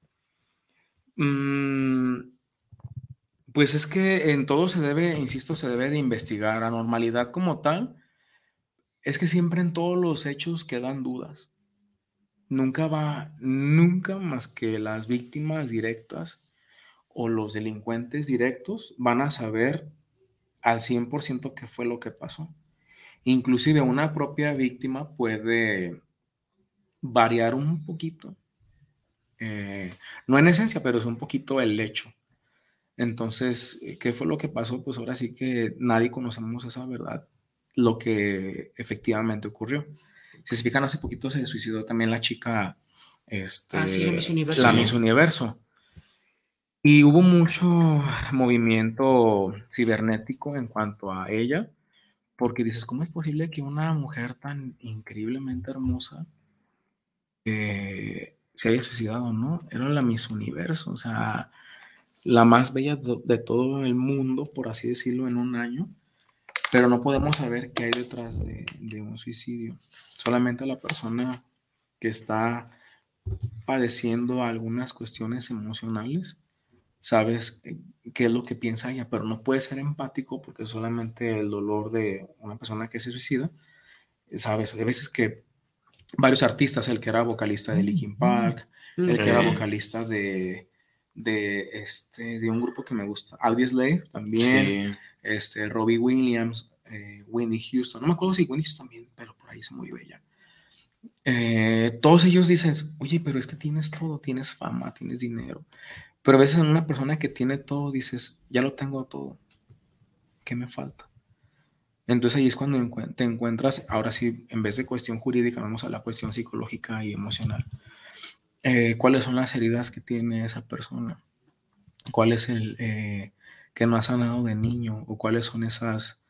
Mm, pues es que en todo se debe, insisto, se debe de investigar. Anormalidad como tal, es que siempre en todos los hechos quedan dudas. Nunca va, nunca más que las víctimas directas o los delincuentes directos van a saber al cien por ciento qué fue lo que pasó. Inclusive una propia víctima puede variar un poquito, eh, no en esencia, pero es un poquito el hecho. Entonces, ¿qué fue lo que pasó? Pues ahora sí que nadie conocemos esa verdad, lo que efectivamente ocurrió. Si se fijan, hace poquito se suicidó también la chica, este, ah, sí, la Miss Universo. La Miss Universo. Y hubo mucho movimiento cibernético en cuanto a ella, porque dices, ¿cómo es posible que una mujer tan increíblemente hermosa eh, se haya suicidado, no? Era la Miss Universo, o sea, la más bella de todo el mundo, por así decirlo, en un año, pero no podemos saber qué hay detrás de, de un suicidio. Solamente la persona que está padeciendo algunas cuestiones emocionales, sabes qué es lo que piensa ella, pero no puede ser empático porque solamente el dolor de una persona que se suicida, sabes, hay veces que varios artistas, el que era vocalista de Linkin Park, el que era vocalista de, de, este, de un grupo que me gusta, Audioslave también, sí. este, Robbie Williams, eh, Whitney Houston, no me acuerdo si Whitney Houston también, pero por ahí se murió ella. Eh, todos ellos dicen, oye, pero es que tienes todo, tienes fama, tienes dinero, pero a veces en una persona que tiene todo dices, ya lo tengo todo, ¿qué me falta? Entonces ahí es cuando te encuentras, ahora sí, en vez de cuestión jurídica, vamos a la cuestión psicológica y emocional. Eh, ¿Cuáles son las heridas que tiene esa persona? ¿Cuál es el eh, que no ha sanado de niño? ¿O cuáles son esas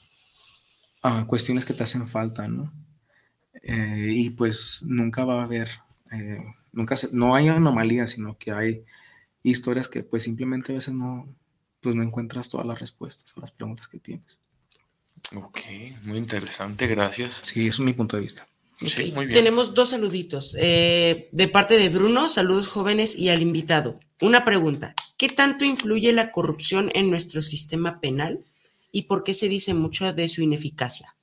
uh, cuestiones que te hacen falta, ¿no? Eh, y pues nunca va a haber, eh, nunca se, no hay anomalías, sino que hay historias que pues simplemente a veces no, pues no encuentras todas las respuestas a las preguntas que tienes. Ok, muy interesante, gracias. Sí, eso es mi punto de vista. Okay. Sí, muy bien. Tenemos dos saluditos. Eh, de parte de Bruno, saludos jóvenes y al invitado. Una pregunta, ¿qué tanto influye la corrupción en nuestro sistema penal y por qué se dice mucho de su ineficacia?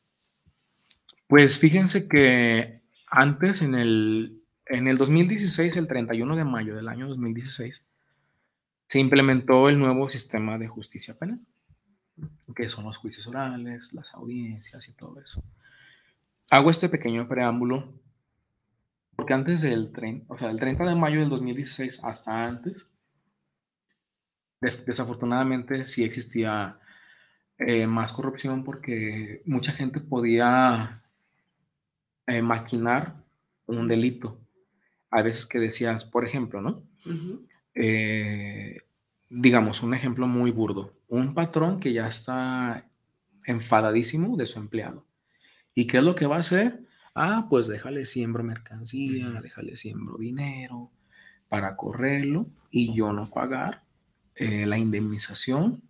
Pues fíjense que antes, en el, en el dos mil dieciséis, el treinta y uno de mayo del año dos mil dieciséis, se implementó el nuevo sistema de justicia penal, que son los juicios orales, las audiencias y todo eso. Hago este pequeño preámbulo porque antes del treinta, o sea, del treinta de mayo del dos mil dieciséis hasta antes, desafortunadamente sí existía eh, más corrupción porque mucha gente podía eh, maquinar un delito. A veces que decías, por ejemplo, ¿no? Uh-huh. Eh, digamos, un ejemplo muy burdo. Un patrón que ya está enfadadísimo de su empleado. ¿Y qué es lo que va a hacer? Ah, pues déjale siembro mercancía, uh-huh. déjale siembro dinero para correrlo y yo no pagar eh, la indemnización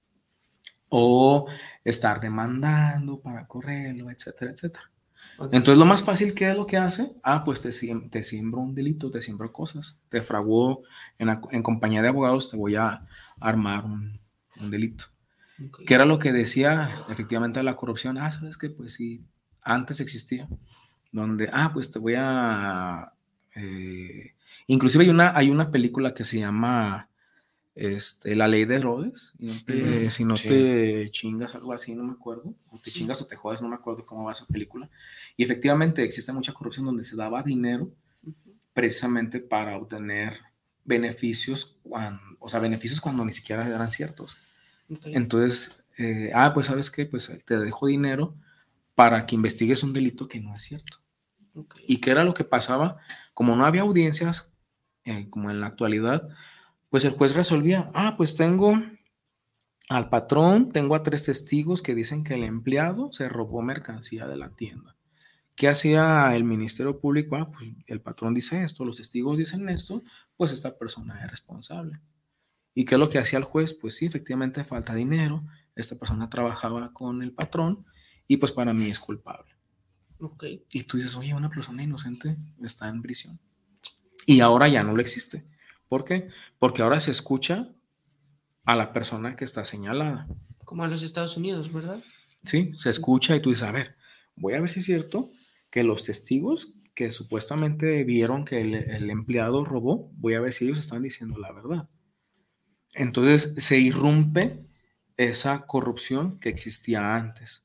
o estar demandando para correrlo, etcétera, etcétera. Okay. Entonces, lo más fácil, ¿qué es lo que hace? Ah, pues te, te siembro un delito, te siembro cosas, te fraguó en, en compañía de abogados, te voy a armar un, un delito. Okay. ¿Qué era lo que decía efectivamente la corrupción? Ah, ¿sabes qué? Pues sí, antes existía, donde, ah, pues te voy a... Eh, inclusive hay una, hay una película que se llama este, La Ley de Herodes, y no te, mm, si no sí. te chingas, algo así, no me acuerdo, o te sí. chingas o te jodes, no me acuerdo cómo va esa película. Y efectivamente existe mucha corrupción donde se daba dinero precisamente para obtener beneficios, cuando, o sea, beneficios cuando ni siquiera eran ciertos. Okay. Entonces, eh, ah, pues ¿sabes qué? Pues te dejo dinero para que investigues un delito que no es cierto. Okay. ¿Y qué era lo que pasaba? Como no había audiencias, eh, como en la actualidad, pues el juez resolvía, ah, pues tengo al patrón, tengo a tres testigos que dicen que el empleado se robó mercancía de la tienda. ¿Qué hacía el Ministerio Público? Ah, pues el patrón dice esto, los testigos dicen esto, pues esta persona es responsable. ¿Y qué es lo que hacía el juez? Pues sí, efectivamente falta dinero, esta persona trabajaba con el patrón y pues para mí es culpable. Okay. Y tú dices, oye, una persona inocente está en prisión. Y ahora ya no lo existe. ¿Por qué? Porque ahora se escucha a la persona que está señalada. Como a los Estados Unidos, ¿verdad? Sí, se escucha y tú dices, a ver, voy a ver si es cierto que los testigos que supuestamente vieron que el, el empleado robó, voy a ver si ellos están diciendo la verdad. Entonces se irrumpe esa corrupción que existía antes.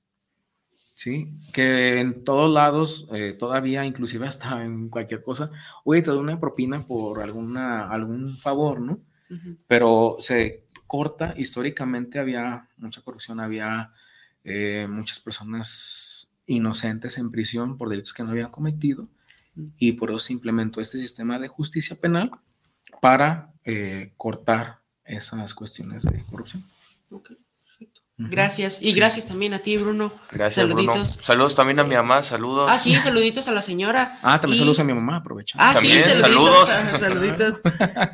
Sí, que en todos lados, eh, todavía, inclusive hasta en cualquier cosa, oye, te doy una propina por alguna, algún favor, ¿no? Uh-huh. Pero se corta, históricamente había mucha corrupción, había eh, muchas personas inocentes en prisión por delitos que no habían cometido, uh-huh. y por eso se implementó este sistema de justicia penal para eh, cortar esas cuestiones de corrupción. Ok, perfecto. Gracias. Y sí. Gracias también a ti, Bruno. Gracias, saluditos. Bruno. Saludos también a mi mamá, saludos. Ah, sí, saluditos a la señora. Ah, también y... saludos a mi mamá, aprovecha. Ah, también, sí, saludos. Saluditos.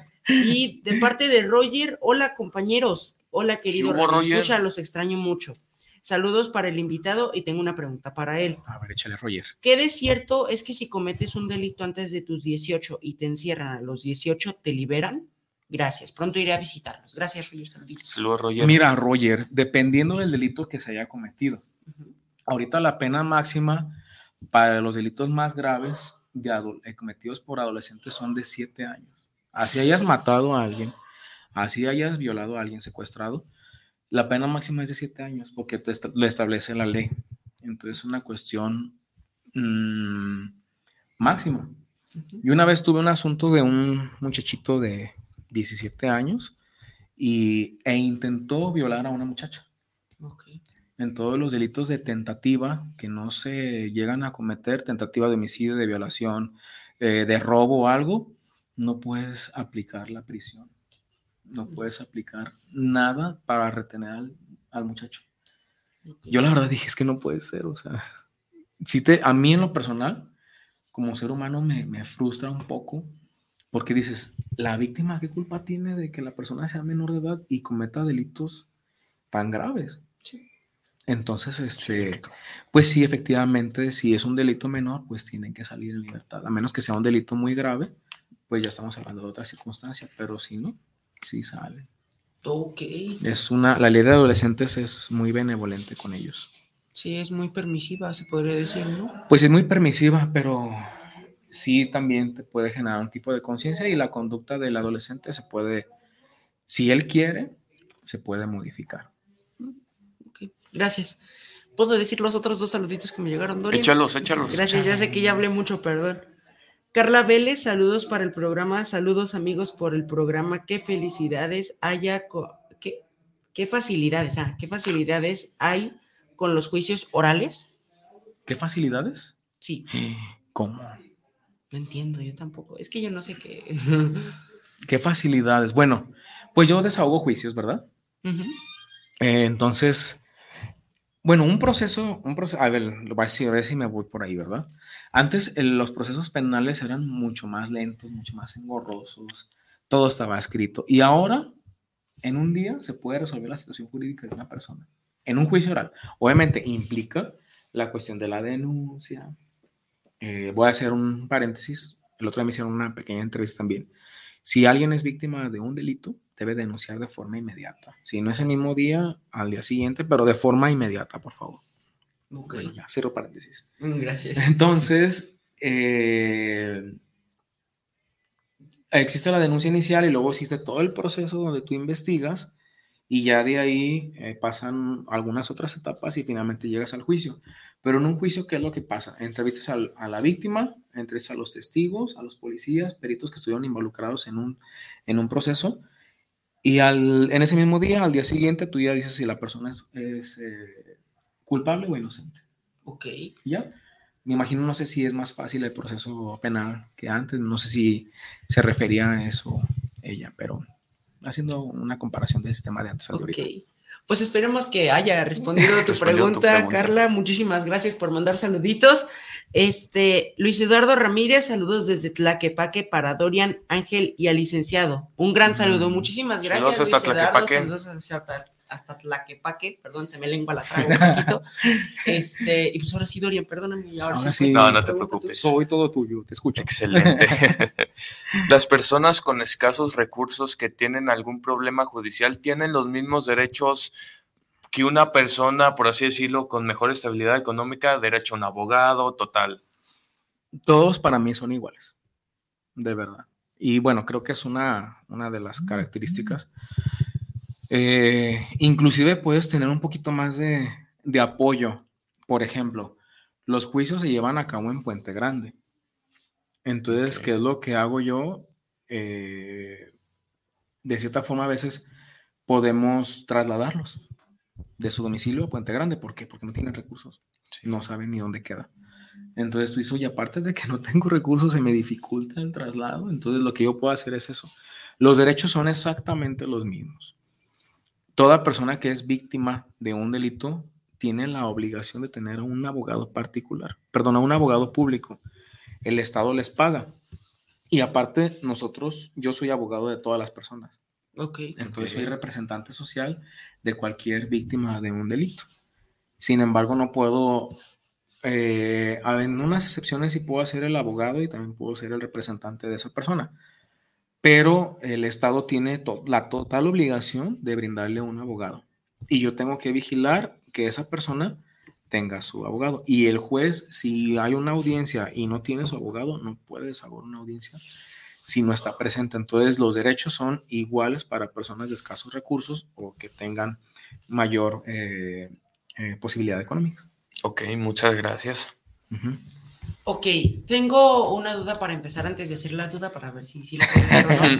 Y de parte de Roger, hola compañeros. Hola, querido Roger. Escucha, los extraño mucho. Saludos para el invitado y tengo una pregunta para él. A ver, échale, Roger. ¿Qué de cierto es que si cometes un delito antes de tus dieciocho y te encierran a los dieciocho, te liberan? Gracias, pronto iré a visitarlos. Gracias, Roger, saluditos. Saludos, Roger. Mira, Roger, dependiendo del delito que se haya cometido. Uh-huh. Ahorita la pena máxima para los delitos más graves de adol- cometidos por adolescentes son de siete años. Así hayas matado a alguien, así hayas violado a alguien, secuestrado, la pena máxima es de siete años porque est- lo establece la ley. Entonces es una cuestión mmm, máxima. Uh-huh. Y una vez tuve un asunto de un muchachito de diecisiete años y, e intentó violar a una muchacha. Okay. En todos los delitos de tentativa que no se llegan a cometer, tentativa de homicidio, de violación, eh, de robo o algo, no puedes aplicar la prisión. No puedes aplicar nada para retener al, al muchacho. Okay. Yo la verdad dije, es que no puede ser, o sea, si te, a mí en lo personal, como ser humano me, me frustra un poco, porque dices, la víctima, ¿qué culpa tiene de que la persona sea menor de edad y cometa delitos tan graves? Sí. Entonces, este, sí. Pues sí, efectivamente, si es un delito menor, pues tienen que salir en libertad, a menos que sea un delito muy grave, pues ya estamos hablando de otras circunstancias, pero si no, sí sale. Ok. Es una, la ley de adolescentes es muy benevolente con ellos. Sí, es muy permisiva, se podría decir, ¿no? Pues es muy permisiva, pero sí también te puede generar un tipo de conciencia y la conducta del adolescente se puede, si él quiere, se puede modificar. Ok, gracias. ¿Puedo decir los otros dos saluditos que me llegaron, Dorian? Échalos, échalos. Gracias, ya sé que ya hablé mucho, perdón. Carla Vélez, saludos para el programa, saludos amigos por el programa, qué felicidades haya, co- qué, qué facilidades, ah, qué facilidades hay con los juicios orales. ¿Qué facilidades? Sí. ¿Cómo? No entiendo, yo tampoco, es que yo no sé qué. ¿Qué facilidades? Bueno, pues yo desahogo juicios, ¿verdad? Uh-huh. Eh, entonces, bueno, un proceso, un proceso, a ver, lo voy a decir, a ver si me voy por ahí, ¿verdad? Antes el, los procesos penales eran mucho más lentos, mucho más engorrosos, todo estaba escrito. Y ahora, en un día, se puede resolver la situación jurídica de una persona. En un juicio oral. Obviamente implica la cuestión de la denuncia. Eh, voy a hacer un paréntesis. El otro día me hicieron una pequeña entrevista también. Si alguien es víctima de un delito, debe denunciar de forma inmediata. Si no es el mismo día, al día siguiente, pero de forma inmediata, por favor. Ok. Bueno, ya, cierro paréntesis. Gracias. Entonces, eh, existe la denuncia inicial y luego existe todo el proceso donde tú investigas y ya de ahí eh, pasan algunas otras etapas y finalmente llegas al juicio. Pero en un juicio, ¿qué es lo que pasa? Entrevistas al, a la víctima, entrevistas a los testigos, a los policías, peritos que estuvieron involucrados en un, en un proceso y al, en ese mismo día, al día siguiente, tú ya dices si la persona es, es eh, culpable o inocente. Ok. ¿Ya? Me imagino, no sé si es más fácil el proceso penal que antes, no sé si se refería a eso ella, pero haciendo una comparación del sistema de antes al de Ok. ahorita. Pues esperemos que haya respondido tu, Respondió pregunta, tu pregunta, Carla. Muchísimas gracias por mandar saluditos. Este, Luis Eduardo Ramírez, saludos desde Tlaquepaque para Dorian, Ángel y al licenciado. Un gran saludo. Mm. Muchísimas gracias, Saludos Luis hasta Eduardo. Tlaquepaque. Saludos hasta, hasta Tlaquepaque. Perdón, se me lengua la traga un poquito. Este, y pues ahora sí, Dorian, perdóname. Ahora, Ahora sí, sí. No, no te pregunta tú. preocupes. Soy todo tuyo, te escucho. Excelente. Las personas con escasos recursos que tienen algún problema judicial tienen los mismos derechos que una persona, por así decirlo, con mejor estabilidad económica, derecho a un abogado, total. Todos para mí son iguales, de verdad. Y bueno, creo que es una, una de las características. Eh, inclusive puedes tener un poquito más de, de apoyo. Por ejemplo, los juicios se llevan a cabo en Puente Grande. Entonces, Ok. ¿qué es lo que hago yo? Eh, de cierta forma, a veces podemos trasladarlos de su domicilio a Puente Grande. ¿Por qué? Porque no tienen recursos. Sí. No saben ni dónde queda. Entonces tú dices, oye, aparte de que no tengo recursos, se me dificulta el traslado. Entonces lo que yo puedo hacer es eso. Los derechos son exactamente los mismos. Toda persona que es víctima de un delito tiene la obligación de tener a un abogado particular, perdón, a un abogado público. El Estado les paga. Y aparte, nosotros, yo soy abogado de todas las personas. Ok. Entonces Ok. soy representante social de cualquier víctima de un delito. Sin embargo, no puedo, eh, en unas excepciones sí puedo ser el abogado y también puedo ser el representante de esa persona. Pero el Estado tiene to- la total obligación de brindarle un abogado. Y yo tengo que vigilar que esa persona tenga su abogado. Y el juez, si hay una audiencia y no tiene su abogado, no puede desahogar una audiencia si no está presente. Entonces, los derechos son iguales para personas de escasos recursos o que tengan mayor eh, eh, posibilidad económica. Ok, muchas gracias. Uh-huh. Ok, tengo una duda para empezar antes de hacer la duda para ver si, si la puedo hacer o no.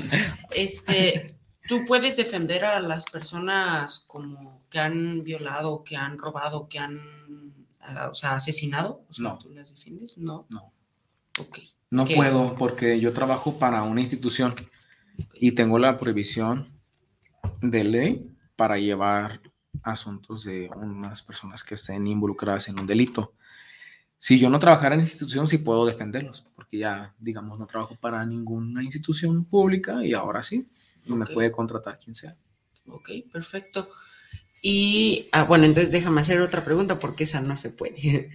Este, ¿tú puedes defender a las personas como que han violado, que han robado, que han, uh, o sea, asesinado? O sea, No. ¿tú las defiendes? No. No. Ok. No Es que- puedo porque yo trabajo para una institución y tengo la prohibición de ley para llevar asuntos de unas personas que estén involucradas en un delito. Si yo no trabajara en institución, sí puedo defenderlos, porque ya, digamos, no trabajo para ninguna institución pública y ahora sí, me Ok. puede contratar quien sea. Ok, perfecto. Y, ah, bueno, entonces déjame hacer otra pregunta porque esa no se puede.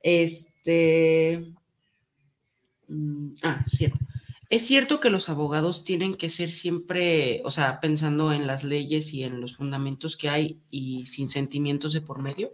Este... mm, Ah, cierto. ¿Es cierto que los abogados tienen que ser siempre, o sea, pensando en las leyes y en los fundamentos que hay y sin sentimientos de por medio?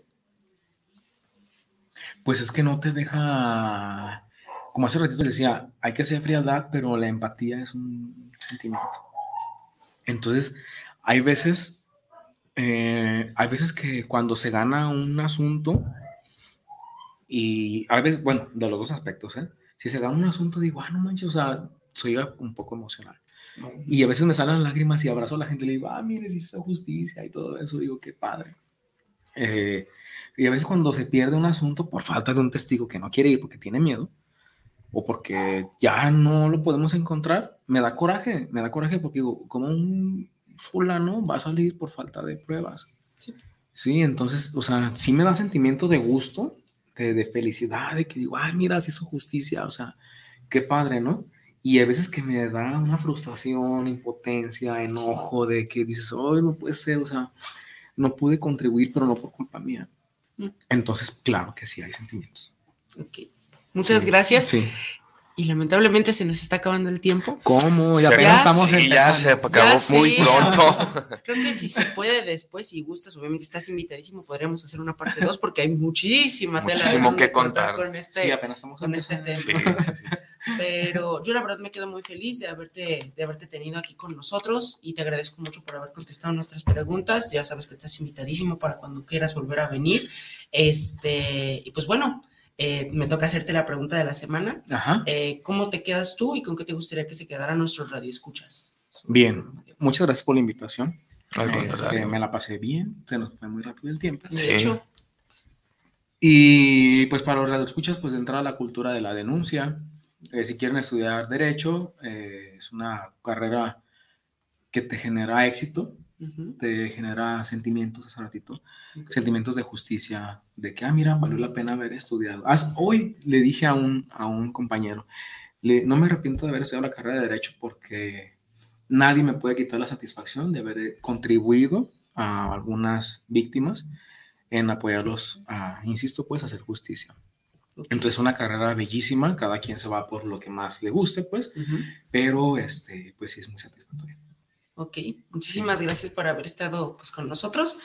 Pues es que no te deja, como hace ratito decía, hay que hacer frialdad, pero la empatía es un sentimiento. Entonces, hay veces, eh, hay veces que cuando se gana un asunto, y a veces, bueno, de los dos aspectos, ¿eh? si se gana un asunto, digo, ah, no manches, o sea, soy un poco emocional. Y a veces me salen las lágrimas y abrazo a la gente y le digo, ah, mire, si hizo justicia y todo eso, digo, qué padre. Eh, y a veces cuando se pierde un asunto por falta de un testigo que no quiere ir porque tiene miedo o porque ya no lo podemos encontrar, me da coraje, me da coraje porque digo, como un fulano va a salir por falta de pruebas. Sí, sí, entonces, o sea, sí me da sentimiento de gusto, de, de felicidad, de que digo, ay, mira, se hizo justicia, o sea, qué padre, ¿no? Y a veces que me da una frustración, impotencia, enojo, de que dices, ay, no puede ser, o sea, no pude contribuir, pero no por culpa mía. Entonces, claro que sí hay sentimientos. Ok. Muchas sí. gracias. Sí. Y lamentablemente se nos está acabando el tiempo. ¿Cómo? Ya apenas estamos sí, empezando. Ya se acabó ya muy sí. pronto. Creo que si se puede después, si gustas, obviamente estás invitadísimo, podríamos hacer una parte dos porque hay muchísima tela Muchísimo que contar con este, sí, apenas estamos con este tema. Sí, sí, sí. Pero yo la verdad me quedo muy feliz de haberte, de haberte tenido aquí con nosotros y te agradezco mucho por haber contestado nuestras preguntas. Ya sabes que estás invitadísimo para cuando quieras volver a venir. Este, y pues bueno, Eh, me toca hacerte la pregunta de la semana. Ajá. Eh, ¿Cómo te quedas tú y con qué te gustaría que se quedaran nuestros radioescuchas? Bien, muchas gracias por la invitación. Al Este, contrario. me la pasé bien, se nos fue muy rápido el tiempo. De Sí. hecho, Y pues para los radioescuchas, pues de entrada a la cultura de la denuncia. Eh, si quieren estudiar Derecho, eh, es una carrera que te genera éxito, uh-huh. te genera sentimientos, hace ratito, Okay. sentimientos de justicia, de que, ah, mira, valió la pena haber estudiado. Haz, hoy le dije a un, a un compañero, le, no me arrepiento de haber estudiado la carrera de Derecho porque nadie me puede quitar la satisfacción de haber contribuido a algunas víctimas en apoyarlos a, insisto, pues, a hacer justicia. Okay. Entonces, una carrera bellísima, cada quien se va por lo que más le guste, pues, uh-huh. pero, este, pues, sí es muy satisfactorio. Ok, muchísimas sí. gracias por haber estado, pues, con nosotros.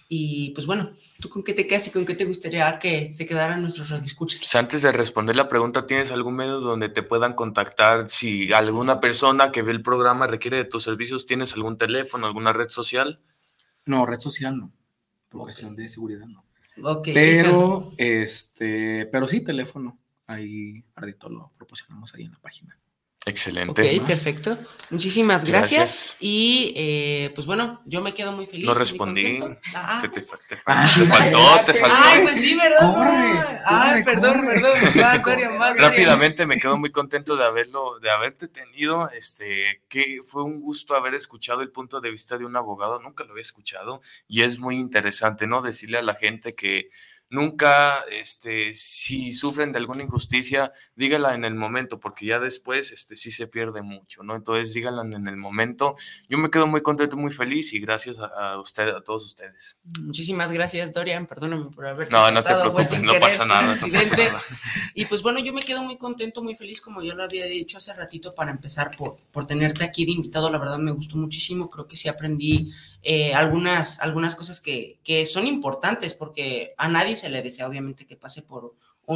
Y pues bueno, ¿tú con qué te quedas y con qué te gustaría que se quedaran nuestros radioescuchas? Pues antes de responder la pregunta, ¿tienes algún medio donde te puedan contactar? Si alguna persona que ve el programa requiere de tus servicios, ¿tienes algún teléfono, alguna red social? No, red social no. Por okay. cuestión de seguridad no. Okay. Pero, este, pero sí, teléfono. Ahí, ahorita lo proporcionamos ahí en la página. Excelente. Ok, perfecto. Muchísimas gracias. gracias. Y eh, pues bueno, yo me quedo muy feliz. No respondí. Ah. Se te, te, te, ah, te faltó, te faltó. Ay, pues sí, ¿verdad? Corre, Ay, corre, perdón, corre. perdón. Más serio, más serio. Rápidamente me quedo muy contento de haberlo, de haberte tenido. Este, que fue un gusto haber escuchado el punto de vista de un abogado. Nunca lo había escuchado y es muy interesante, ¿no? Decirle a la gente que nunca, este, si sufren de alguna injusticia, díganla en el momento, porque ya después, este, sí se pierde mucho, ¿no? Entonces, díganla en el momento. Yo me quedo muy contento, muy feliz y gracias a, a usted, a todos ustedes. Muchísimas gracias, Dorian. Perdóname por haberte No, no te saltado, preocupes, no pasa nada, no pasa nada. Y pues bueno, yo me quedo muy contento, muy feliz, como yo lo había dicho hace ratito, para empezar por, por tenerte aquí de invitado. La verdad me gustó muchísimo. Creo que sí aprendí Eh, algunas, algunas cosas que, que son importantes, porque a nadie se le desea obviamente que pase por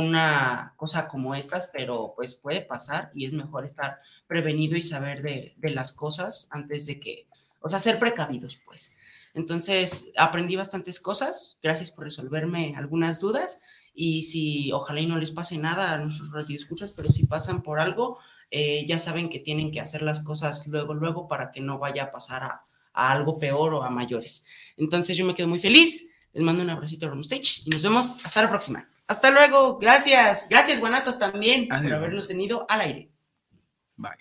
una cosa como estas, pero pues puede pasar y es mejor estar prevenido y saber de, de las cosas antes de que, o sea, ser precavidos, pues. Entonces, aprendí bastantes cosas. Gracias por resolverme algunas dudas y si, ojalá y no les pase nada a nuestros radioescuchas, pero si pasan por algo, eh, ya saben que tienen que hacer las cosas luego, luego para que no vaya a pasar a a algo peor o a mayores. Entonces yo me quedo muy feliz, les mando un abracito a Romstage y nos vemos hasta la próxima. Hasta luego, gracias, gracias Guanatos también. Adiós. Por habernos tenido al aire. Bye.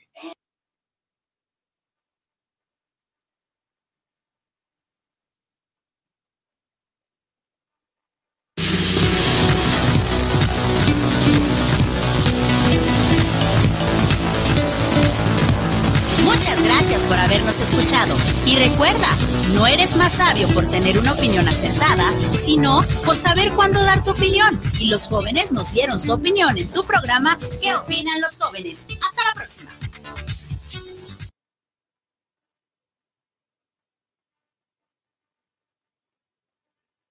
Gracias por habernos escuchado. Y recuerda, no eres más sabio por tener una opinión acertada, sino por saber cuándo dar tu opinión. Y los jóvenes nos dieron su opinión en tu programa ¿Qué opinan los jóvenes? Hasta la próxima.